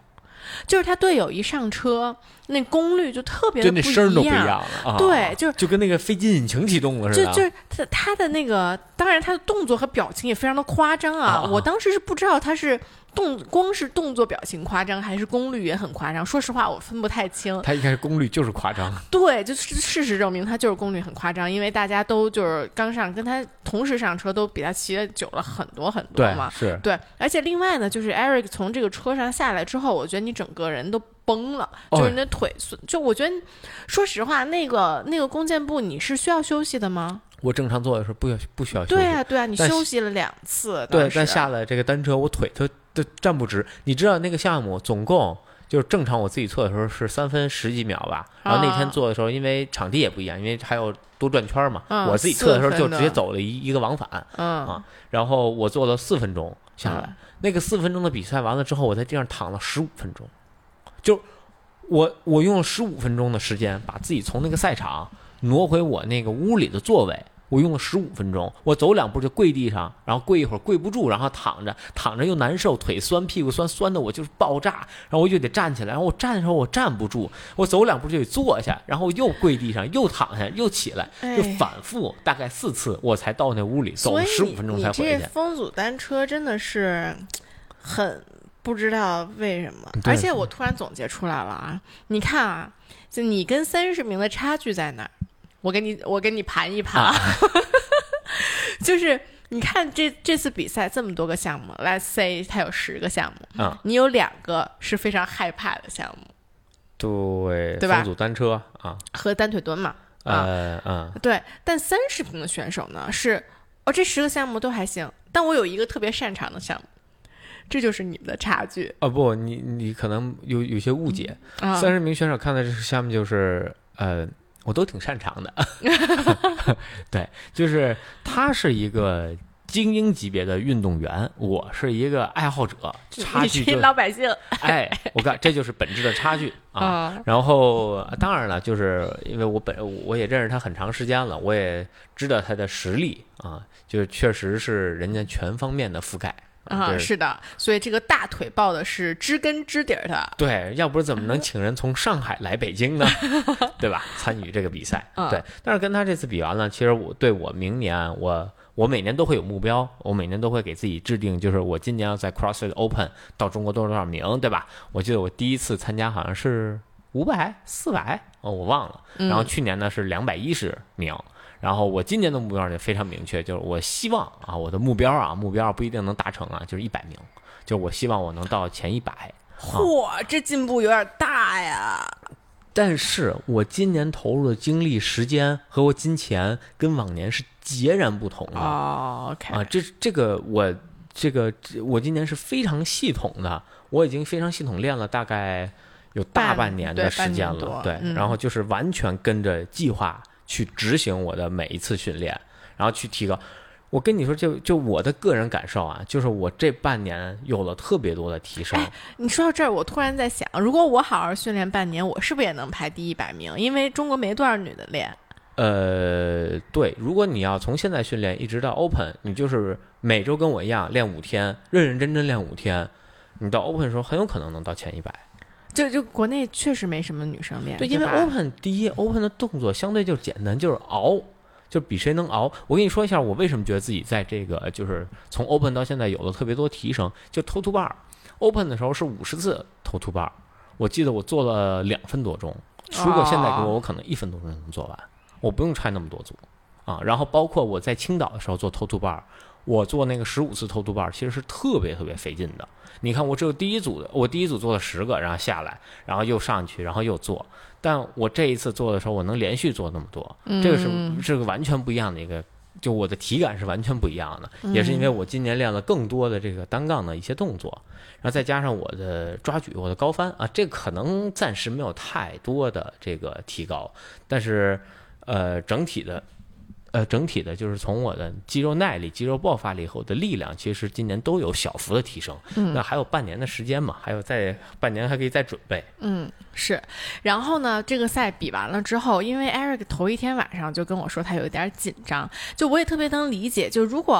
就是他队友一上车，那功率就特别就的不一样， 那声都不一样了。啊、 对，就是就跟那个飞机引擎启动了似的。 就就是他他的那个，当然他的动作和表情也非常的夸张啊。 啊我当时是不知道他是动光是动作表情夸张，还是功率也很夸张。说实话，我分不太清。 他一开始功率就是夸张。 对，就是事实证明他就是功率很夸张，因为大家都就是刚上跟他同时上车，都比他骑的久了很多很多嘛。 对，是。 对，而且另外呢，就是 Eric 从这个车上下来之后，我觉得你整个人都崩了，就是你的腿损。就我觉得，说实话，那个那个弓箭步你是需要休息的吗？ 我正常做的时候不要不需要休息。 对啊，对啊，你休息了两次。 对，但下了这个单车，我腿都都站不直。你知道那个项目总共就是正常我自己做的时候是三分十几秒吧，然后那天做的时候，因为场地也不一样，因为还有多转圈嘛， 嗯、 我自己测的时候就直接走了一一个往返， 嗯啊，然后我做了四分钟下来， 嗯、 那个四分钟的比赛完了之后，我在地上躺了十五分钟，就我我用了十五分钟的时间把自己从那个赛场挪回我那个屋里的座位。我用了十五分钟，我走两步就跪地上，然后跪一会儿跪不住，然后躺着，躺着又难受，腿酸，屁股酸，酸的我就是爆炸，然后我就得站起来，然后我站的时候我站不住，我走两步就得坐下，然后又跪地上，又躺下，又起来，就反复大概四次，我才到那屋里，走了十五分钟才回去。 你这风阻单车真的是很不知道为什么，而且我突然总结出来了啊！你看啊，就你跟三十名的差距在哪儿？我给你，我给你盘一盘，啊、就是你看这这次比赛这么多个项目 ，Let's say 它有十个项目， 嗯， 你有两个是非常害怕的项目， 对， 对吧？ 风阻单车啊， 和单腿蹲嘛， 呃嗯， 对。但三十名的选手呢是，哦，这十个项目都还行，但我有一个特别擅长的项目。这就是你们的差距啊！不，你你可能有有些误解。三十、嗯、名选手看的这个项目就是呃。我都挺擅长的，对，就是他是一个精英级别的运动员，我是一个爱好者，差距就老百姓。 哎，我看这就是本质的差距啊。 嗯、 然后当然了，就是因为我本我也认识他很长时间了，我也知道他的实力啊，就确实是人家全方面的覆盖。 啊，是的，所以这个大腿抱的是知根知底儿的。 对，要不是怎么能请人从上海来北京呢？对吧？参与这个比赛， 嗯、 对。但是跟他这次比完了，其实我对我明年，我我每年都会有目标，我每年都会给自己制定，就是我今年要在 CrossFit Open 到中国多少多少名，对吧？我记得我第一次参加好像是五百、四百，哦，我忘了。然后去年呢是两百一十名。嗯然后我今年的目标也非常明确，就是我希望啊，我的目标啊，目标不一定能达成啊，就是一百名，就是我希望我能到前一百。 嚯、啊，这进步有点大呀！ 但是我今年投入的精力、时间和我金钱跟往年是截然不同的。 哦 ，OK 啊，这这个我这个我今年是非常系统的，我已经非常系统练了大概有大半年的时间了，对，对嗯、 然后就是完全跟着计划。去执行我的每一次训练，然后去提高。我跟你说就，就就我的个人感受啊，就是我这半年有了特别多的提升。 哎，你说到这儿，我突然在想，如果我好好训练半年，我是不是也能排第一百名？因为中国没多少女的练。 呃，对，如果你要从现在训练一直到 Open， 你就是每周跟我一样练五天，认认真真练五天，你到 Open 的时候很有可能能到前一百。 就就国内确实没什么女生练， 对，因为 Open 第一 Open 的动作相对就简单，就是熬，就比谁能熬。我跟你说一下，我为什么觉得自己在这个就是从 Open 到现在有了特别多提升。就 toe to bar Open 的时候是五十次 toe to bar， 我记得我做了两分多钟，如果现在给我，我可能一分多钟就能做完，我不用拆那么多组啊。然后包括我在青岛的时候做 toe to bar， 我做那个十五次 toe to bar 其实是特别特别费劲的。你看，我只有第一组的，我第一组做了十个，然后下来，然后又上去，然后又做。但我这一次做的时候，我能连续做那么多， 嗯、 这个是这个完全不一样的一个，就我的体感是完全不一样的， 嗯、 也是因为我今年练了更多的这个单杠的一些动作，然后再加上我的抓举、我的高翻啊，这可能暂时没有太多的这个提高，但是呃，整体的。呃，整体的就是从我的肌肉耐力、肌肉爆发力和我的力量，其实今年都有小幅的提升。 嗯， 那还有半年的时间嘛，还有再半年还可以再准备。 嗯，是。然后呢，这个赛比完了之后，因为 Eric 头一天晚上就跟我说他有一点紧张，就我也特别能理解，就如果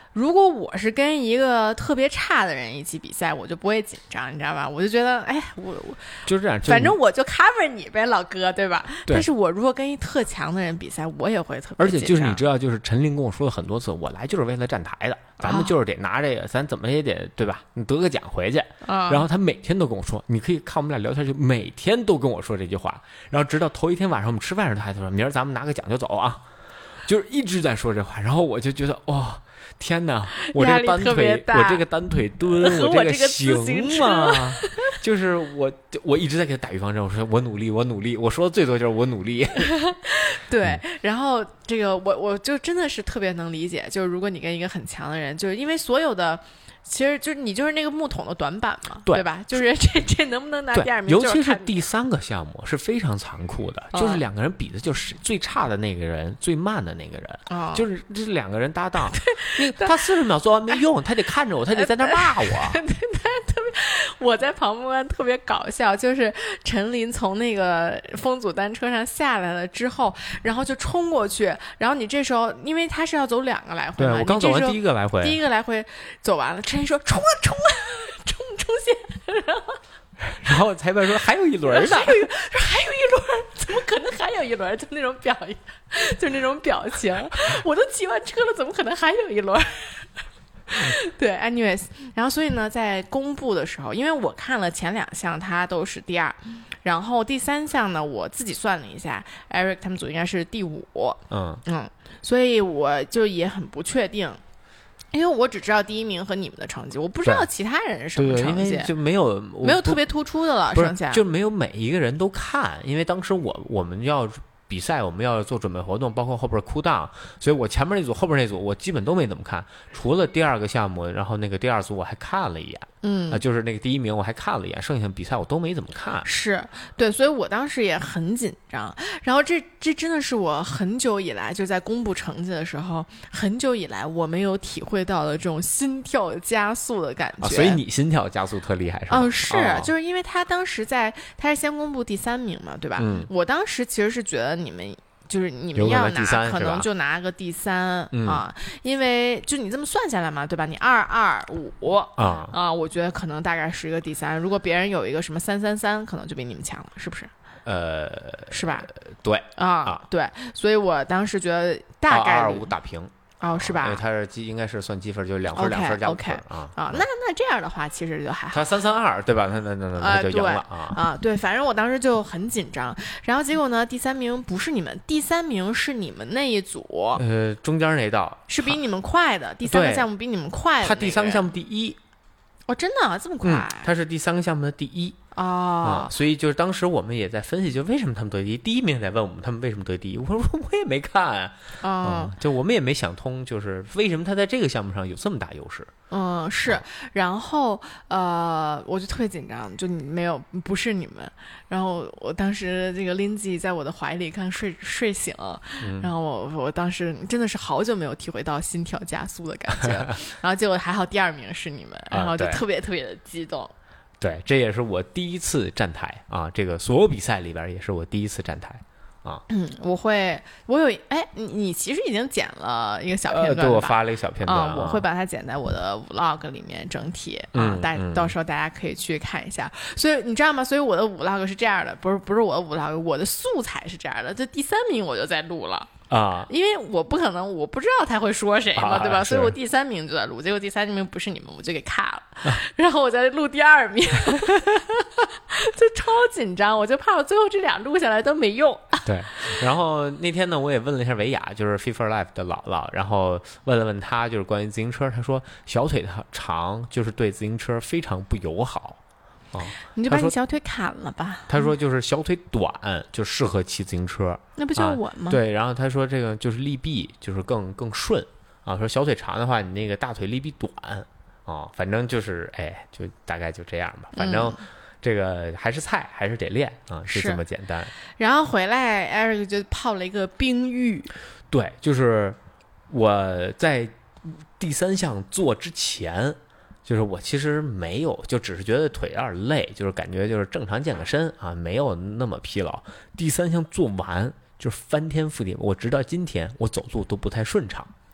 如果我是跟一个特别差的人一起比赛，我就不会紧张，你知道吧？我就觉得，哎，我我就是这样， 反正我就 cover 你呗，老哥，对吧？ 对。 但是我如果跟一特强的人比赛，我也会特别紧张。 而且就是你知道，就是陈琳跟我说了很多次，我来就是为了站台的，咱们就是得拿这个，咱怎么也得对吧？你得个奖回去。 啊、 然后他每天都跟我说，你可以看我们俩聊天，就每天都跟我说这句话。然后直到头一天晚上我们吃饭时，他还说，明儿咱们拿个奖就走啊，就是一直在说这话。然后我就觉得，哇、哦。天哪！我这个单腿，我这个单腿蹲，我这个行吗？就是我，我一直在给他打预防针。我说我努力，我努力。我说的最多就是我努力。 对，然后这个我我就真的是特别能理解，就是如果你跟一个很强的人，就是因为所有的。其实就是你就是那个木桶的短板嘛， 对, 对吧？就是这这能不能拿第二名， 尤其是第三个项目是非常残酷的，嗯、就是两个人比的就是最差的那个人，最慢的那个人，哦、就是这是两个人搭档。那他四十秒做完没用，他得看着我，他得在那骂我。 对，特别，我在旁边特别搞笑，就是陈琳从那个风阻单车上下来了之后，然后就冲过去，然后你这时候因为他是要走两个来回嘛， 对我刚走完第一个来回， 第一个来回走完了。陈琳说：“冲啊冲啊，冲冲线！”然后， 然后裁判说：“还有一轮呢。” 还有一说还有一轮，怎么可能还有一轮？就那种表，就那种表情，我都骑完车了，怎么可能还有一轮？对 ，anyways， 然后所以呢，在公布的时候，因为我看了前两项，他都是第二，然后第三项呢，我自己算了一下 ，Eric 他们组应该是第五， 嗯嗯，所以我就也很不确定。因为我只知道第一名和你们的成绩，我不知道其他人是什么成绩， 对，因为就没有没有特别突出的了，剩下就没有每一个人都看，因为当时我我们要比赛，我们要做准备活动，包括后边cool down，所以我前面那组后边那组我基本都没怎么看，除了第二个项目，然后那个第二组我还看了一眼， 嗯、 呃，就是那个第一名我还看了一眼，剩下比赛我都没怎么看。 是对，所以我当时也很紧张。然后这这真的是我很久以来就在公布成绩的时候，很久以来我没有体会到的这种心跳加速的感觉。 啊、所以你心跳加速特厉害是吧？ 哦，是， 哦、 就是因为他当时在他是先公布第三名嘛，对吧？ 嗯， 我当时其实是觉得你们。就是你们要拿，可能就拿个第三、 嗯、 啊，因为就你这么算下来嘛，对吧？你二二五啊啊，我觉得可能大概是一个第三。如果别人有一个什么三三三，可能就比你们强了，是不是？ 呃， 是吧？ 对啊， 啊对，所以我当时觉得大概二二五打平。 哦，是吧？ 因为他是积，应该是算积分，就两分两分加五分啊啊。那那这样的话，其实就还好。 他三三二，对吧？那那那那那就赢了啊啊！对，反正我当时就很紧张。然后结果呢，第三名不是你们，第三名是你们那一组。 呃，中间那道是比你们快的，第三个项目比你们快的。 他第三个项目第一。 哦，真的这么快？ 嗯、他是第三个项目的第一。 哦、 啊，所以就是当时我们也在分析，就为什么他们得第一，第一名在问我们他们为什么得第一，我说我也没看啊， 哦、 嗯，就我们也没想通，就是为什么他在这个项目上有这么大优势。 嗯，是，然后呃，我就特别紧张，就没有不是你们，然后我当时这个 Lindsay 在我的怀里看睡睡醒， 嗯、 然后我我当时真的是好久没有体会到心跳加速的感觉，然后结果还好第二名是你们，然后就特别特别的激动。 对，这也是我第一次站台啊！这个所有比赛里边也是我第一次站台啊。 嗯，我会，我有，哎，你你其实已经剪了一个小片段吧？ 呃、对，我发了一个小片段啊、嗯，我会把它剪在我的 vlog 里面，整体啊， 嗯、 大、嗯、到时候大家可以去看一下。所以你知道吗？所以我的 vlog 是这样的，不是不是我的 vlog， 我的素材是这样的。这第三名我就在录了。 啊， 因为我不可能，我不知道他会说谁嘛， 啊、 对吧？所以我第三名就在录，结果第三名不是你们，我就给卡了，啊、然后我在录第二名，就超紧张，我就怕我最后这俩录下来都没用。 对，然后那天呢，我也问了一下维亚，就是 FIFA Life 的姥姥，然后问了问他，就是关于自行车，他说小腿长就是对自行车非常不友好。哦， 你就把你小腿砍了吧。 他说就是小腿短就适合骑自行车， 那不就是我吗、 啊？对，然后他说这个就是力臂就是更更顺啊。说小腿长的话，你那个大腿力臂短啊。反正就是哎，就大概就这样吧。反正这个还是菜，还是得练啊，是这么简单。 然后回来 ，Eric 就泡了一个冰浴。 对，就是我在第三项做之前。就是我其实没有，就只是觉得腿有点累，就是感觉就是正常健个身啊，没有那么疲劳。第三项做完就是翻天覆地，我直到今天我走路都不太顺畅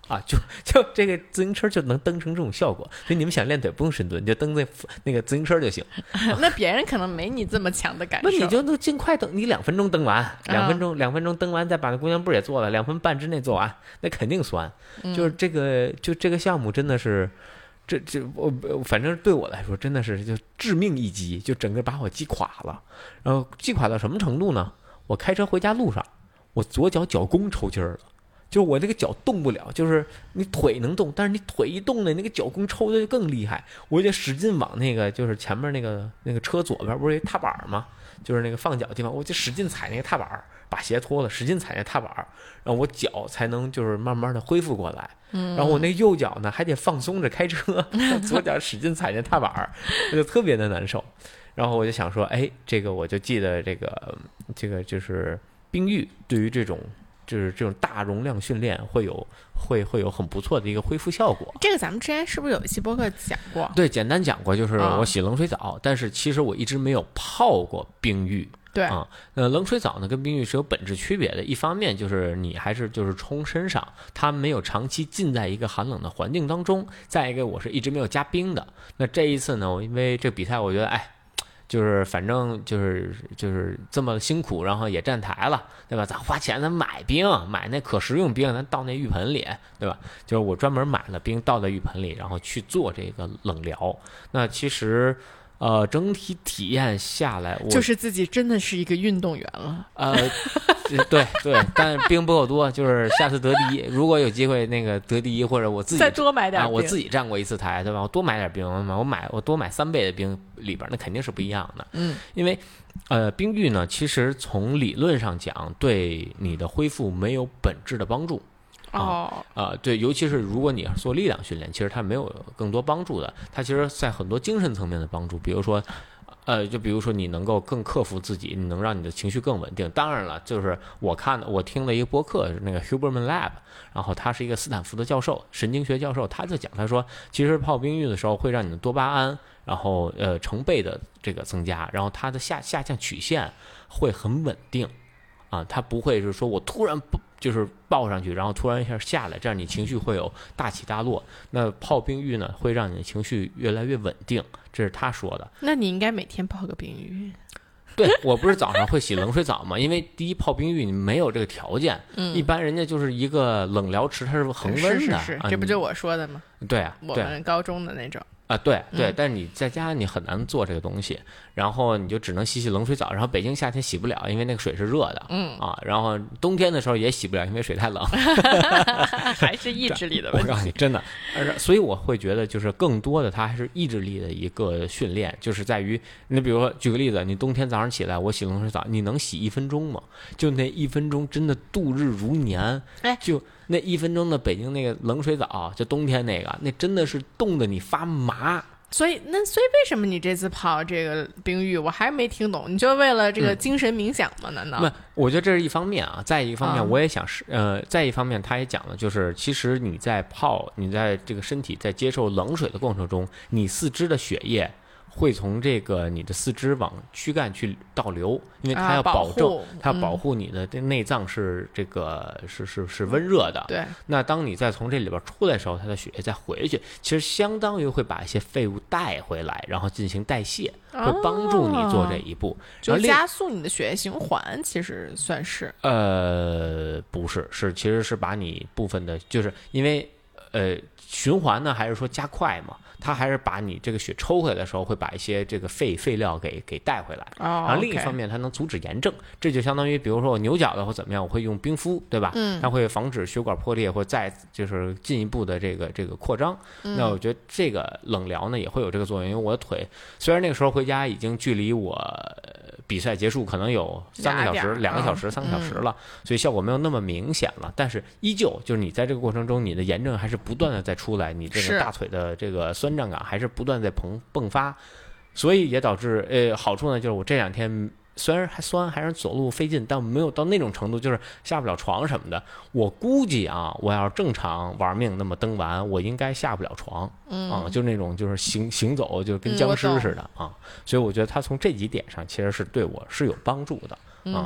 啊，就就这个自行车就能蹬成这种效果，所以你们想练腿不用深蹲，就蹬在那个自行车就行。 那别人可能没你这么强的感受。 那你就能尽快蹬，你两分钟蹬完，两分钟两分钟蹬完，再把那姑娘步也做了，两分半之内做完，那肯定酸。就是这个就这个项目真的是。这这我反正对我来说真的是就致命一击，就整个把我击垮了。然后击垮到什么程度呢？我开车回家路上，我左脚脚弓抽筋儿了，就是我这个脚动不了，就是你腿能动，但是你腿一动呢，那个脚弓抽的就更厉害，我就使劲往那个就是前面那个那个车左边不是有踏板吗？就是那个放脚的地方，我就使劲踩那个踏板，把鞋脱了，使劲踩那踏板，然后我脚才能就是慢慢的恢复过来。然后我那右脚呢还得放松着开车，左脚使劲踩那踏板，我就特别的难受。然后我就想说，哎，这个我就记得这个这个就是冰浴对于这种就是这种大容量训练会有会会有很不错的一个恢复效果。 这个咱们之前是不是有一期播客讲过？ 对，简单讲过，就是我洗冷水澡，哦、但是其实我一直没有泡过冰浴。 对啊，那冷水澡呢跟冰浴是有本质区别的。一方面就是你还是就是冲身上，它没有长期浸在一个寒冷的环境当中。再一个，我是一直没有加冰的。那这一次呢，我因为这个比赛，我觉得哎，就是反正就是就是这么辛苦，然后也站台了，对吧？咱花钱咱买冰，买那可食用冰，咱倒那浴盆里，对吧？就是我专门买了冰，倒在浴盆里，然后去做这个冷疗。那其实。呃，整体体验下来，我就是自己真的是一个运动员了。 呃，对对，但冰不够多，就是下次得第一，如果有机会那个得第一，或者我自己再多买点冰、 啊，我自己站过一次台，对吧？我多买点冰嘛，我买我多买三倍的冰里边，那肯定是不一样的。 嗯， 因为呃，冰浴呢，其实从理论上讲，对你的恢复没有本质的帮助。 哦， 啊、呃，对，尤其是如果你做力量训练，其实它没有更多帮助的。它其实在很多精神层面的帮助，比如说，呃，就比如说你能够更克服自己，你能让你的情绪更稳定。当然了，就是我看我听了一个播客，是那个 Huberman Lab， 然后他是一个斯坦福的教授，神经学教授，他就讲，他说，其实泡冰浴的时候会让你的多巴胺，然后呃成倍的这个增加，然后它的下下降曲线会很稳定。啊，它不会是说我突然就是抱上去，然后突然一下下来，这样你情绪会有大起大落。那泡冰浴呢，会让你的情绪越来越稳定，这是他说的。 那你应该每天泡个冰浴。 对，我不是早上会洗冷水澡吗？因为第一泡冰浴你没有这个条件， 嗯， 一般人家就是一个冷疗池，它是恒温的。 是是是， 啊、 这不就我说的吗？ 对啊， 我们高中的那种。 啊，对对， 嗯、 但是你在家你很难做这个东西，然后你就只能洗洗冷水澡，然后北京夏天洗不了，因为那个水是热的， 嗯啊，然后冬天的时候也洗不了，因为水太冷， 还是意志力的问题。 我告诉你，真的，所以我会觉得就是更多的它还是意志力的一个训练，就是在于你比如说举个例子，你冬天早上起来我洗冷水澡，你能洗一分钟吗？就那一分钟真的度日如年， 哎， 就。那一分钟的北京那个冷水澡，就冬天那个，那真的是冻得你发麻。 所以，那所以为什么你这次泡这个冰浴，我还是没听懂？你就为了这个精神冥想吗？嗯、难道？ 不，我觉得这是一方面啊。再一方面， 啊我也想是呃，再一方面，他也讲了，就是其实你在泡，你在这个身体在接受冷水的过程中，你四肢的血液。会从这个你的四肢往躯干去倒流，因为它要保证， 啊、 它要保护你的这内脏是这个是是是温热的。 对。 那当你再从这里边出来的时候，它的血液再回去，其实相当于会把一些废物带回来，然后进行代谢，会帮助你做这一步， 哦、就加速你的血液循环。其实算是。 呃，不是，是其实是把你部分的，就是因为呃循环呢，还是说加快嘛？它还是把你这个血抽回来的时候，会把一些这个废废料给给带回来。 哦， 然后另一方面，它能阻止炎症，这就相当于，比如说我扭脚的或怎么样，我会用冰敷，对吧？ 嗯， 它会防止血管破裂或再就是进一步的这个这个扩张。 嗯、 那我觉得这个冷疗呢也会有这个作用，因为我的腿虽然那个时候回家已经距离我比赛结束可能有三个小时、两个小时、三个小时了，所以效果没有那么明显了。但是依旧就是你在这个过程中，你的炎症还是不断的在出来，你这个大腿的这个酸胀感还是不断在膨迸发，所以也导致呃好处呢，就是我这两天虽然还酸，还是走路费劲，但没有到那种程度，就是下不了床什么的。我估计啊，我要正常玩命那么蹬完，我应该下不了床， 嗯啊，就那种就是行行走就跟僵尸似的、 嗯、 啊。所以我觉得他从这几点上其实是对我是有帮助的啊。 嗯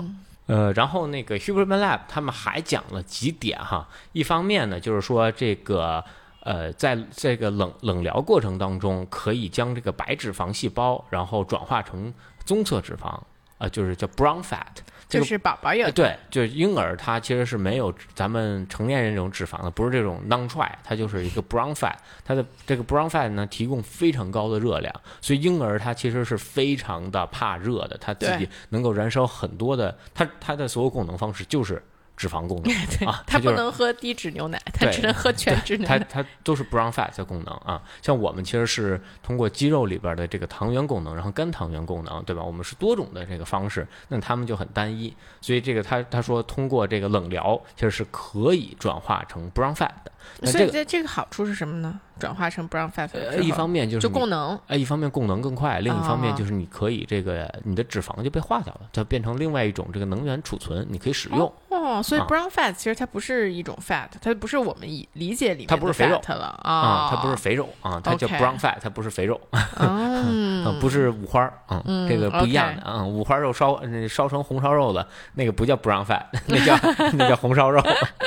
呃，然后那个 Huberman Lab 他们还讲了几点哈，一方面呢就是说这个呃，在这个冷冷疗过程当中，可以将这个白脂肪细胞然后转化成棕色脂肪啊、呃，就是叫 brown fat。 就是宝宝有的、 呃、对，就是婴儿他其实是没有咱们成年人这种脂肪的，不是这种 non-dry， 它就是一个 brown fat， 它的这个 brown fat 呢提供非常高的热量，所以婴儿他其实是非常的怕热的，他自己能够燃烧很多的，他他的所有功能方式就是脂肪功能啊， 它不能喝低脂牛奶，它只能喝全脂牛奶， 它它都是 brown fat 的功能啊。像我们其实是通过肌肉里边的这个糖原功能，然后肝糖原功能，对吧？我们是多种的这个方式，那他们就很单一，所以这个他他说通过这个冷疗其实是可以转化成 brown fat 的。 所以这这个好处是什么呢？转化成 brown fat 呃，一方面就是就功能， 呃，一方面功能更快，另一方面就是你可以这个你的脂肪就被化掉了，就变成另外一种这个能源储存，你可以使用。 哦，所以 brown fat 其实它不是一种 fat， 它不是我们理解里面的 fat 了， 它不是肥肉了啊、嗯，它不是肥肉啊，它叫 brown fat， 它不是肥肉，嗯，不是五花，嗯，这个不一样的啊、嗯，五花肉烧烧成红烧肉了，那个不叫 brown fat， 那叫那叫红烧肉。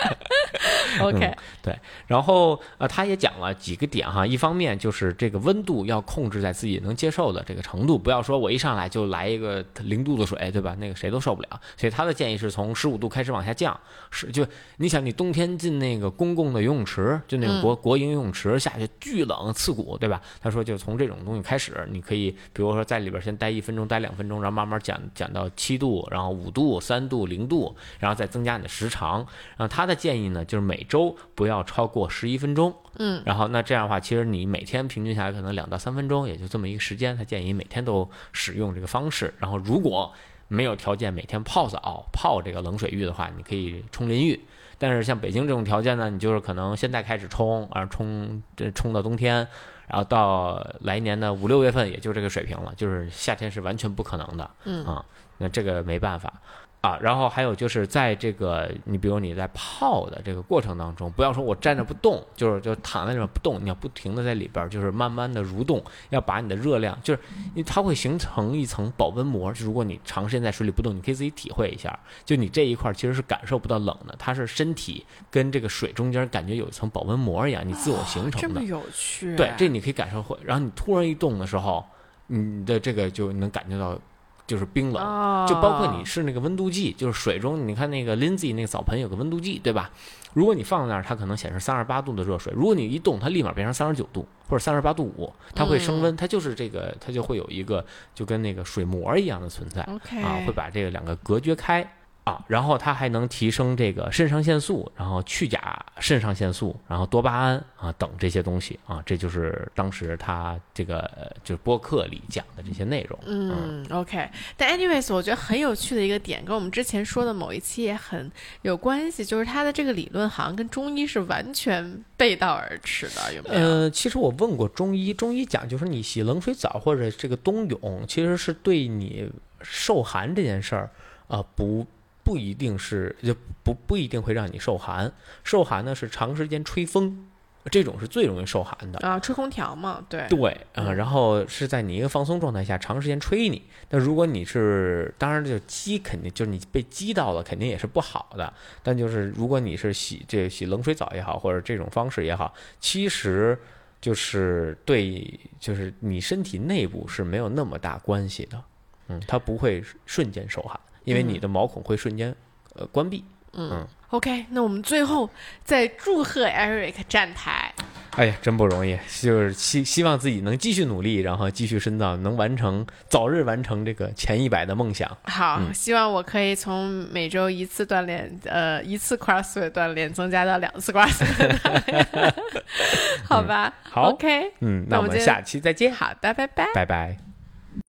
OK，、 嗯、对，然后呃，他也讲了几个点哈，一方面就是这个温度要控制在自己能接受的这个程度，不要说我一上来就来一个零度的水，对吧？那个谁都受不了。所以他的建议是从十五度开始往下降，是就你想你冬天进那个公共的游泳池，就那个国、嗯、国营游泳池下去巨冷刺骨，对吧？他说就从这种东西开始，你可以比如说在里边先待一分钟，待两分钟，然后慢慢降降到七度，然后五度、三度、零度，然后再增加你的时长。然后他的建议呢，就是每周不要超过十一分钟， 嗯， 然后那这样的话，其实你每天平均下来可能两到三分钟，也就这么一个时间。他建议每天都使用这个方式。然后如果没有条件每天泡澡泡这个冷水浴的话，你可以冲淋浴。但是像北京这种条件呢，你就是可能现在开始冲，而冲这冲到冬天，然后到来年的五六月份也就这个水平了，就是夏天是完全不可能的， 嗯啊，那这个没办法。啊，然后还有就是在这个你比如你在泡的这个过程当中，不要说我站着不动，就是就躺在那边不动，你要不停的在里边就是慢慢的蠕动，要把你的热量，就是它会形成一层保温膜，就如果你长时间在水里不动，你可以自己体会一下，就你这一块其实是感受不到冷的，它是身体跟这个水中间感觉有一层保温膜一样，你自我形成的， 哦、这么有趣。 对，这你可以感受会，然后你突然一动的时候，你的这个就能感觉到。就是冰冷，就包括你是那个温度计，就是水中，你看那个 Lindsay 那个澡盆有个温度计，对吧？如果你放在那儿，它可能显示三十八度的热水，如果你一动，它立马变成三十九度或者三十八度五，它会升温，它就是这个，它就会有一个就跟那个水膜一样的存在，啊，会把这个两个隔绝开。啊，然后它还能提升这个肾上腺素，然后去甲肾上腺素，然后多巴胺啊等这些东西啊，这就是当时他这个就是播客里讲的这些内容。 嗯, 嗯 ，OK。但 anyways， 我觉得很有趣的一个点，跟我们之前说的某一期也很有关系，就是他的这个理论好像跟中医是完全背道而驰的，有没有？ 呃，其实我问过中医，中医讲就是你洗冷水澡或者这个冬泳，其实是对你受寒这件事儿啊、呃、不。不一定是就不不一定会让你受寒，受寒呢是长时间吹风，这种是最容易受寒的啊，吹空调嘛，对对啊、呃，然后是在你一个放松状态下长时间吹你，但如果你是当然就激肯定就是你被激到了，肯定也是不好的，但就是如果你是洗这洗冷水澡也好，或者这种方式也好，其实就是对就是你身体内部是没有那么大关系的，嗯，它不会瞬间受寒。因为你的毛孔会瞬间呃关闭。 嗯, 嗯 ，OK， 那我们最后再祝贺 Eric 站台。 哎呀，真不容易，就是希希望自己能继续努力，然后继续深造，能完成早日完成这个前一百的梦想。 好、 嗯， 希望我可以从每周一次锻炼，呃，一次 CrossFit 锻炼增加到两次 CrossFit 锻炼。好吧、 嗯，好 ，OK， 嗯，那我们下期再见。 好的，拜拜， 拜拜。